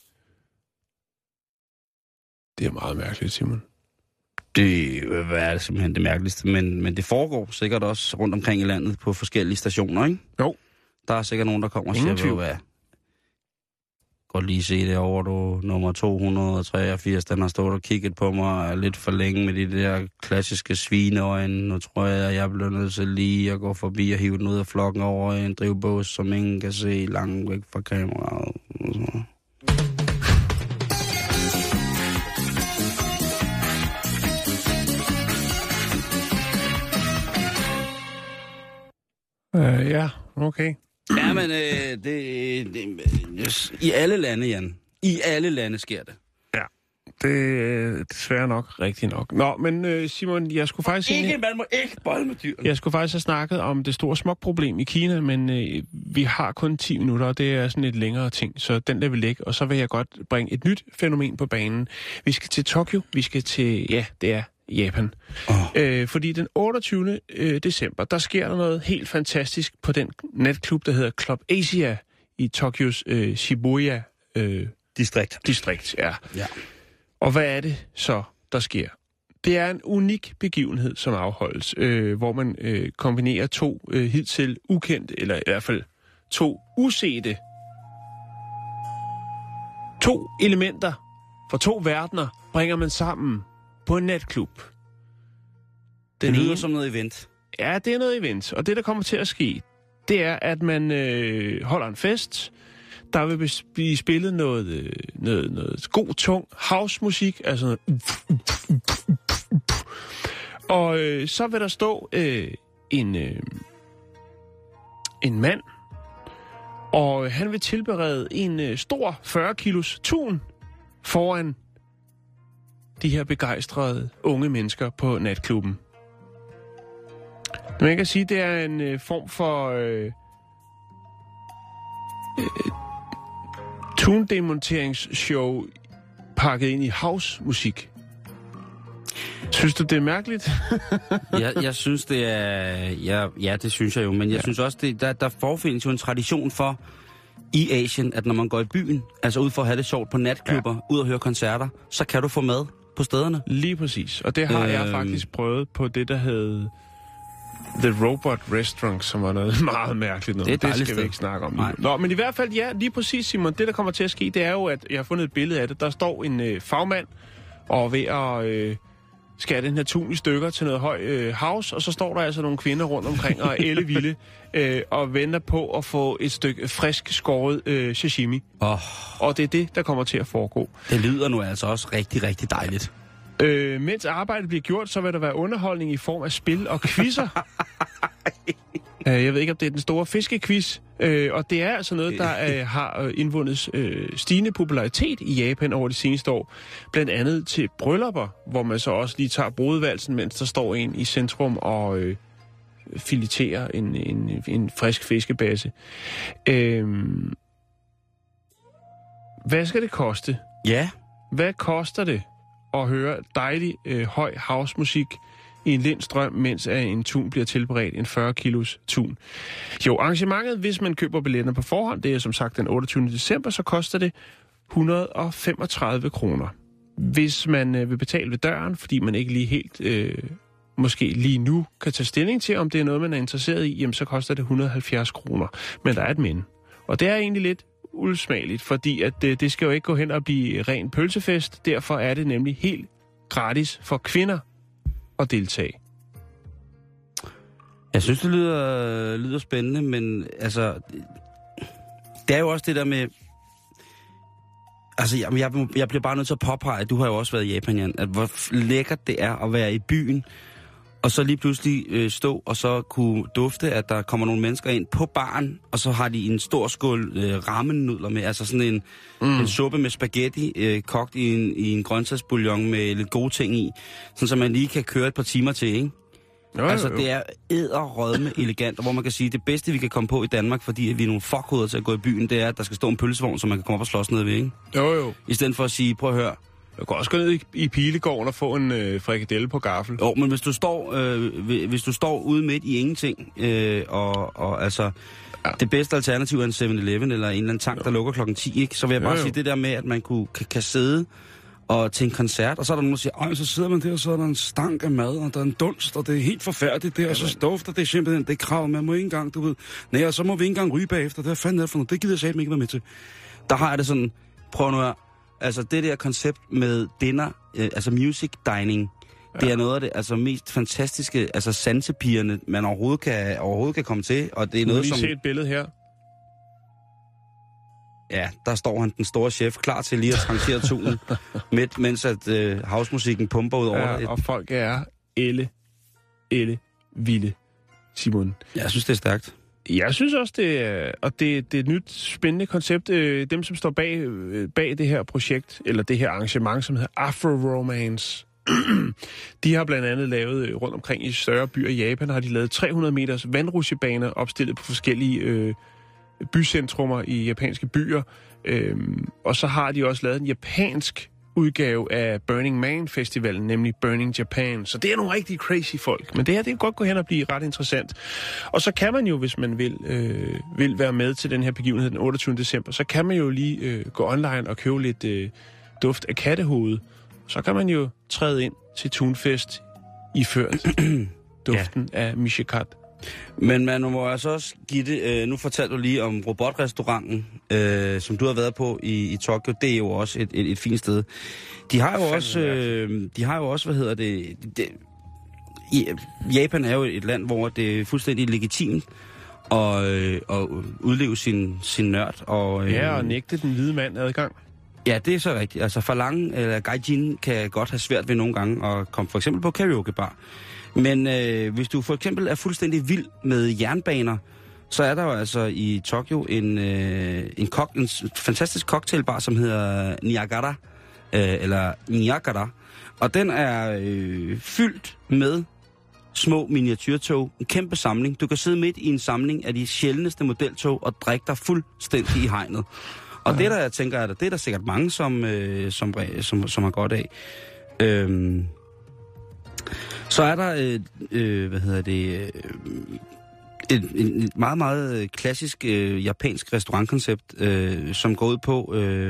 Det er meget mærkeligt, Simon. Det er simpelthen det mærkeligste, men det foregår sikkert også rundt omkring i landet på forskellige stationer, ikke? Jo. Der er sikkert nogen, der kommer og siger, hvad? Godt lige se det over, du nummer 283, den har stået og kigget på mig lidt for længe med de der klassiske svineøjne. Nu tror jeg bliver nødt til lige at gå forbi og hive den ud af flokken over en drivbås, som ingen kan se langt væk fra kameraet. Ja, okay. Ja, men i alle lande, Jan. I alle lande sker det. Ja, det er desværre nok rigtigt nok. Nå, men Simon, jeg skulle faktisk... Man må ikke bolle med dyrene. Jeg skulle faktisk have snakket om det store smogproblem i Kina, men vi har kun 10 minutter, og det er sådan et længere ting, så den lader vi ligge. Og så vil jeg godt bringe et nyt fænomen på banen. Vi skal til Tokyo, vi skal til... Ja, det er Japan. Fordi den 28. december, der sker der noget helt fantastisk på den natklub, der hedder Club Asia i Tokyos Shibuya distrikt. Ja. Og hvad er det så, der sker? Det er en unik begivenhed, som afholdes, hvor man kombinerer to hidtil ukendte, eller i hvert fald to usete. To elementer fra to verdener bringer man sammen på en natklub. Det lyder som noget event. Ja, det er noget event. Og det, der kommer til at ske, det er, at man holder en fest. Der vil blive spillet noget god, tung housemusik. Altså noget... Og så vil der stå en mand, og han vil tilberede en stor 40 kilos tun foran de her begejstrede unge mennesker på natklubben. Man kan sige, det er en form for tundemonteringsshow pakket ind i house-musik. Synes du, det er mærkeligt? jeg synes, det er... Ja, det synes jeg jo, men jeg synes også, der forefindes jo en tradition for i Asien, at når man går i byen, altså ud for at have det sjovt på natklubber, ud og høre koncerter, så kan du få mad på stederne. Lige præcis, og det har jeg faktisk prøvet på det, der hed The Robot Restaurant, som var noget meget mærkeligt noget. Det skal vi ikke snakke om. Nå, men i hvert fald, ja, lige præcis, Simon. Det, der kommer til at ske, det er jo, at jeg har fundet et billede af det. Der står en fagmand og ved at skære den her tun i stykker til noget høj house, og så står der altså nogle kvinder rundt omkring og er ellevilde og venter på at få et stykke frisk skåret sashimi. Og det er det, der kommer til at foregå. Det lyder nu altså også rigtig, rigtig dejligt. Mens arbejdet bliver gjort, så vil der være underholdning i form af spil og quizzer. Jeg ved ikke, om det er den store fiskequiz. Og det er altså noget, der har indvundet stigende popularitet i Japan over de seneste år. Blandt andet til bryllupper, hvor man så også lige tager brudevalsen, mens der står en i centrum og fileterer en frisk fiskebasse. Hvad skal det koste? Ja. Hvad koster det at høre dejlig høj housemusik i en lind strøm, mens en tun bliver tilberedt, en 40 kilos tun? Jo, arrangementet, hvis man køber billetterne på forhånd, det er som sagt den 28. december, så koster det 135 kroner. Hvis man vil betale ved døren, fordi man ikke lige helt, måske lige nu, kan tage stilling til, om det er noget, man er interesseret i, jamen så koster det 170 kroner. Men der er et men. Og det er egentlig lidt uldsmageligt, fordi at det skal jo ikke gå hen og blive ren pølsefest. Derfor er det nemlig helt gratis for kvinder at deltage. Jeg synes, det lyder spændende, men altså, det er jo også det der med, altså jeg bliver bare nødt til at påpege, at du har jo også været i Japan, Jan, at hvor lækkert det er at være i byen, og så lige pludselig stå og så kunne dufte, at der kommer nogle mennesker ind på baren, og så har de en stor skål ramen-nudler med, altså sådan en suppe med spaghetti, kogt i en grøntsagsbouillon med lidt gode ting i, sådan så man lige kan køre et par timer til, ikke? Jo. Altså det er edderrødme elegant, og hvor man kan sige, at det bedste vi kan komme på i Danmark, fordi vi er nogle fuckhoveder til at gå i byen, det er, at der skal stå en pølsevogn, så man kan komme op og slås ned ved, ikke? Jo. I stedet for at sige, prøv at høre, jeg kan også gå ned i Pilegården og få en frikadelle på gaffel. Jo, men hvis du står ude midt i ingenting, og altså, det bedste alternativ er en 7-Eleven eller en eller anden tank, der lukker klokken 10, ikke? Så vil jeg bare sige det der med, at man kan sidde og til en koncert, og så er der nogen, der siger, så sidder man der, og så er der en stank af mad, og der er en dunst, og det er helt forfærdeligt der, og så dufter det simpelthen, det er krav, man må ikke engang, du ved, nej, og så må vi ikke engang ryge bagefter, det er fandme for noget, det gider jeg satme ikke være med til. Der har jeg det sådan, prøv nu her, altså det der koncept med dinner, altså music dining, det er noget af det altså mest fantastiske, altså sansepigerne, man overhovedet kan komme til, og det er noget som... se et billede her. Ja, der står han, den store chef, klar til lige at trangere tunen midt, mens at housemusikken pumper ud over det. Og folk er elle vilde, Simon. Jeg synes, det er stærkt. Jeg synes også, det er et nyt, spændende koncept. Dem, som står bag det her projekt, eller det her arrangement, som hedder Afro-Romance, de har blandt andet lavet rundt omkring i større byer i Japan, har de lavet 300 meters vandrutsjebaner opstillet på forskellige bycentrummer i japanske byer. Og så har de også lavet en japansk udgave af Burning Man-festivalen, nemlig Burning Japan. Så det er nogle rigtig crazy folk. Men det her, det kan godt gå hen og blive ret interessant. Og så kan man jo, hvis man vil være med til den her begivenhed den 28. december, så kan man jo lige gå online og købe lidt duft af kattehoved. Så kan man jo træde ind til tunfest iført duften af Mishikat Men man må altså også give det... nu fortalte du lige om robotrestauranten, som du har været på i Tokyo. Det er jo også et fint sted. De har jo også, hvad hedder det... Japan er jo et land, hvor det er fuldstændig legitimt at udleve sin nørd. Og nægte den hvide mand adgang. Ja, det er så rigtigt. Altså Falang eller Gaijin kan godt have svært ved nogle gange at komme for eksempel på karaokebar. Men hvis du for eksempel er fuldstændig vild med jernbaner, så er der jo altså i Tokyo en fantastisk cocktailbar, som hedder Niagara, eller Niagara. Og den er fyldt med små miniatyrtog. En kæmpe samling. Du kan sidde midt i en samling af de sjældneste modeltog og drikke dig fuldstændig i hegnet. Og det der, jeg tænker, det er der sikkert mange, som har godt af. Så er der et meget, meget klassisk japansk restaurantkoncept, som går ud på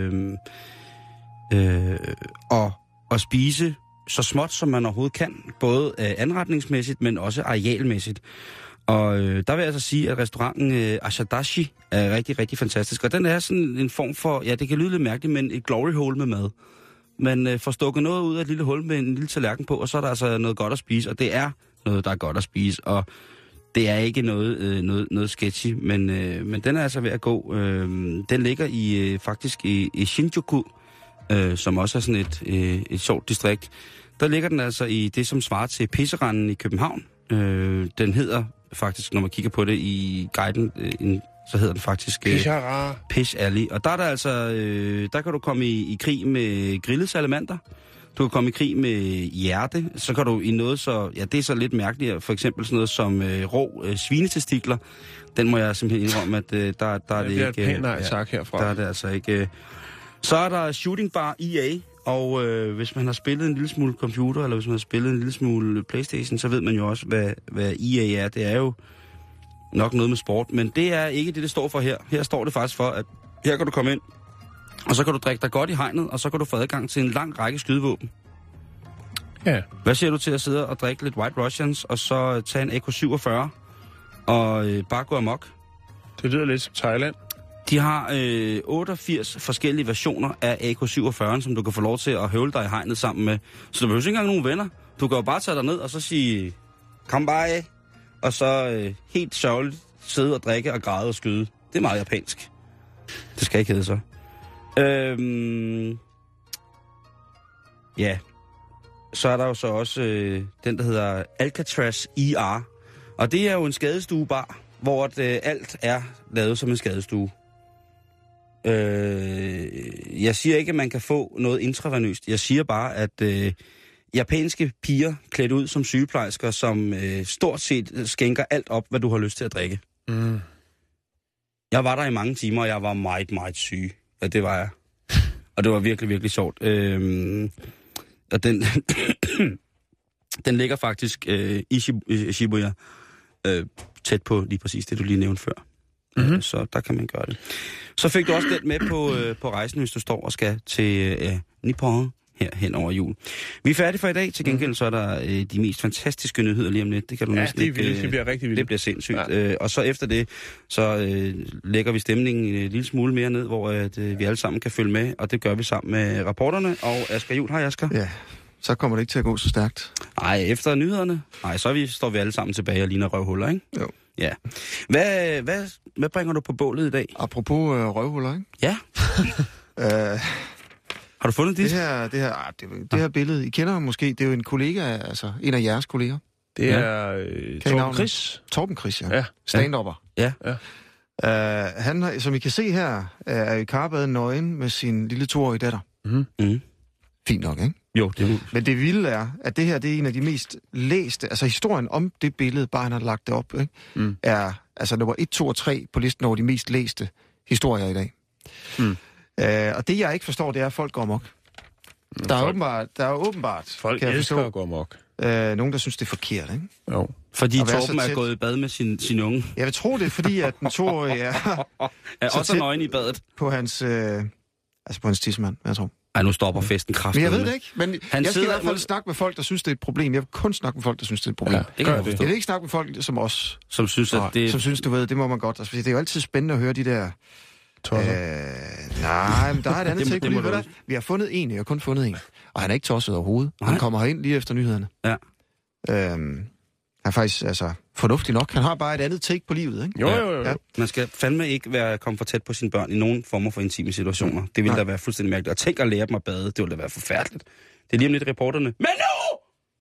at spise så småt, som man overhovedet kan, både anretningsmæssigt, men også arealmæssigt. Og der vil jeg altså sige, at restauranten Ashadashi er rigtig, rigtig fantastisk. Og den er sådan en form for, ja, det kan lyde lidt mærkeligt, men et glory hole med mad. Man får stukket noget ud af et lille hul med en lille tallerken på, og så er der altså noget godt at spise. Og det er noget, der er godt at spise. Og det er ikke noget sketchy, men den er altså ved at gå. Den ligger faktisk i Shinjuku, som også er sådan et sjovt distrikt. Der ligger den altså i det, som svarer til Pisseranden i København. Den hedder faktisk, når man kigger på det i guiden, så hedder den faktisk Pish Alley. Og der er der altså, der kan du komme i krig med grillet salamander. Du kan komme i krig med hjerte. Så kan du i noget så, ja, det er så lidt mærkeligt. For eksempel sådan noget som rå svinetestikler. Den må jeg simpelthen indrømme, at der er det ikke. Det bliver et nej tak herfra. Der er det altså ikke. Så er der Shooting Bar EA. Og hvis man har spillet en lille smule computer, eller hvis man har spillet en lille smule PlayStation, så ved man jo også, hvad EA er. Det er jo nok noget med sport, men det er ikke det står for her. Her står det faktisk for, at her kan du komme ind, og så kan du drikke dig godt i hegnet, og så kan du få adgang til en lang række skydevåben. Ja. Hvad siger du til at sidde og drikke lidt White Russians, og så tage en AK-47, og bare gå amok? Det lyder lidt som Thailand. De har 88 forskellige versioner af AK-47, som du kan få lov til at høvle dig i hegnet sammen med. Så du behøver ikke engang nogen venner. Du kan jo bare tage dig ned og så sige, kom bare, og så helt sørgeligt sidde og drikke og græde og skyde. Det er meget japansk. Det skal ikke hedde så. Ja. Så er der jo så også den, der hedder Alcatraz ER. Og det er jo en skadestuebar, hvor alt er lavet som en skadestue. Jeg siger ikke, at man kan få noget intravenøst. Jeg siger bare, at japanske piger klædt ud som sygeplejersker, som stort set skænker alt op, hvad du har lyst til at drikke. Mm. Jeg var der i mange timer, og jeg var meget, meget syg. Ja, det var jeg. Og det var virkelig, virkelig sjovt. Og den, den ligger faktisk i Shibuya, tæt på lige præcis det, du lige nævnte før. Mm-hmm. Så der kan man gøre det. Så fik du også den med på rejsen, hvis du står og skal til Nippon her hen over jul. Vi er færdige for i dag. Til gengæld så er der de mest fantastiske nyheder lige om lidt. Det kan du næsten det er vildt. Det bliver rigtig vildt. Det bliver sindssygt. Ja. Og så efter det, så lægger vi stemningen en lille smule mere ned, hvor vi alle sammen kan følge med. Og det gør vi sammen med rapporterne. Og Asger Juhl. Hej Asger. Ja, så kommer det ikke til at gå så stærkt. Nej, efter nyhederne. Nej, så står vi alle sammen tilbage og ligner røvhuller, ikke? Jo. Ja. Hvad bringer du på bålet i dag? Apropos røvhuller, ikke? Ja. Har du fundet dit? Det her billede, I kender måske, det er jo en kollega, altså en af jeres kolleger. Det er Torben Chris. Torben Chris, ja. Stand-upper. Ja. Han, som I kan se her, er i karbadet nøgen med sin lille 2-årige datter. Mm. Fint nok, ikke? Jo, det. Men det vilde er, at det her, det er en af de mest læste, altså historien om det billede, bare han har lagt det op, ikke? Er altså nummer 1, 2 og 3 på listen over de mest læste historier i dag. Og det, jeg ikke forstår, det er, at folk går amok. Der er åbenbart folk elsker at gå amok. Nogen, der synes, det er forkert, ikke? Jo. Fordi Torben er gået i bad med sin unge. Jeg vil tro det, fordi at den 2-årige er også nøgen i badet. På hans, på hans tidsmand, jeg tror. Ej, nu stopper festen kraftigt. Men jeg ved det ikke, men jeg skal i hvert fald snakke med folk, der synes, det er et problem. Jeg vil kun snakke med folk, der synes, det er et problem. Ja, jeg vil ikke snakke med folk som os. Som synes, at det... Som synes, du ved, det må man godt. Altså, det er jo altid spændende at høre de der... Nej, men der er et andet take på livet. Vi har fundet en, jeg har kun fundet en. Og han er ikke tosset overhovedet. Nej. Han kommer herind lige efter nyhederne. Ja. Han er faktisk fornuftig nok. Han har bare et andet take på livet, ikke? Jo. Ja. Man skal fandme ikke komme for tæt på sine børn i nogen former for intime situationer. Det ville da være fuldstændig mærkeligt. Og tænk at lære dem at bade, det ville da være forfærdeligt. Det er lige om lidt reporterne. Men nu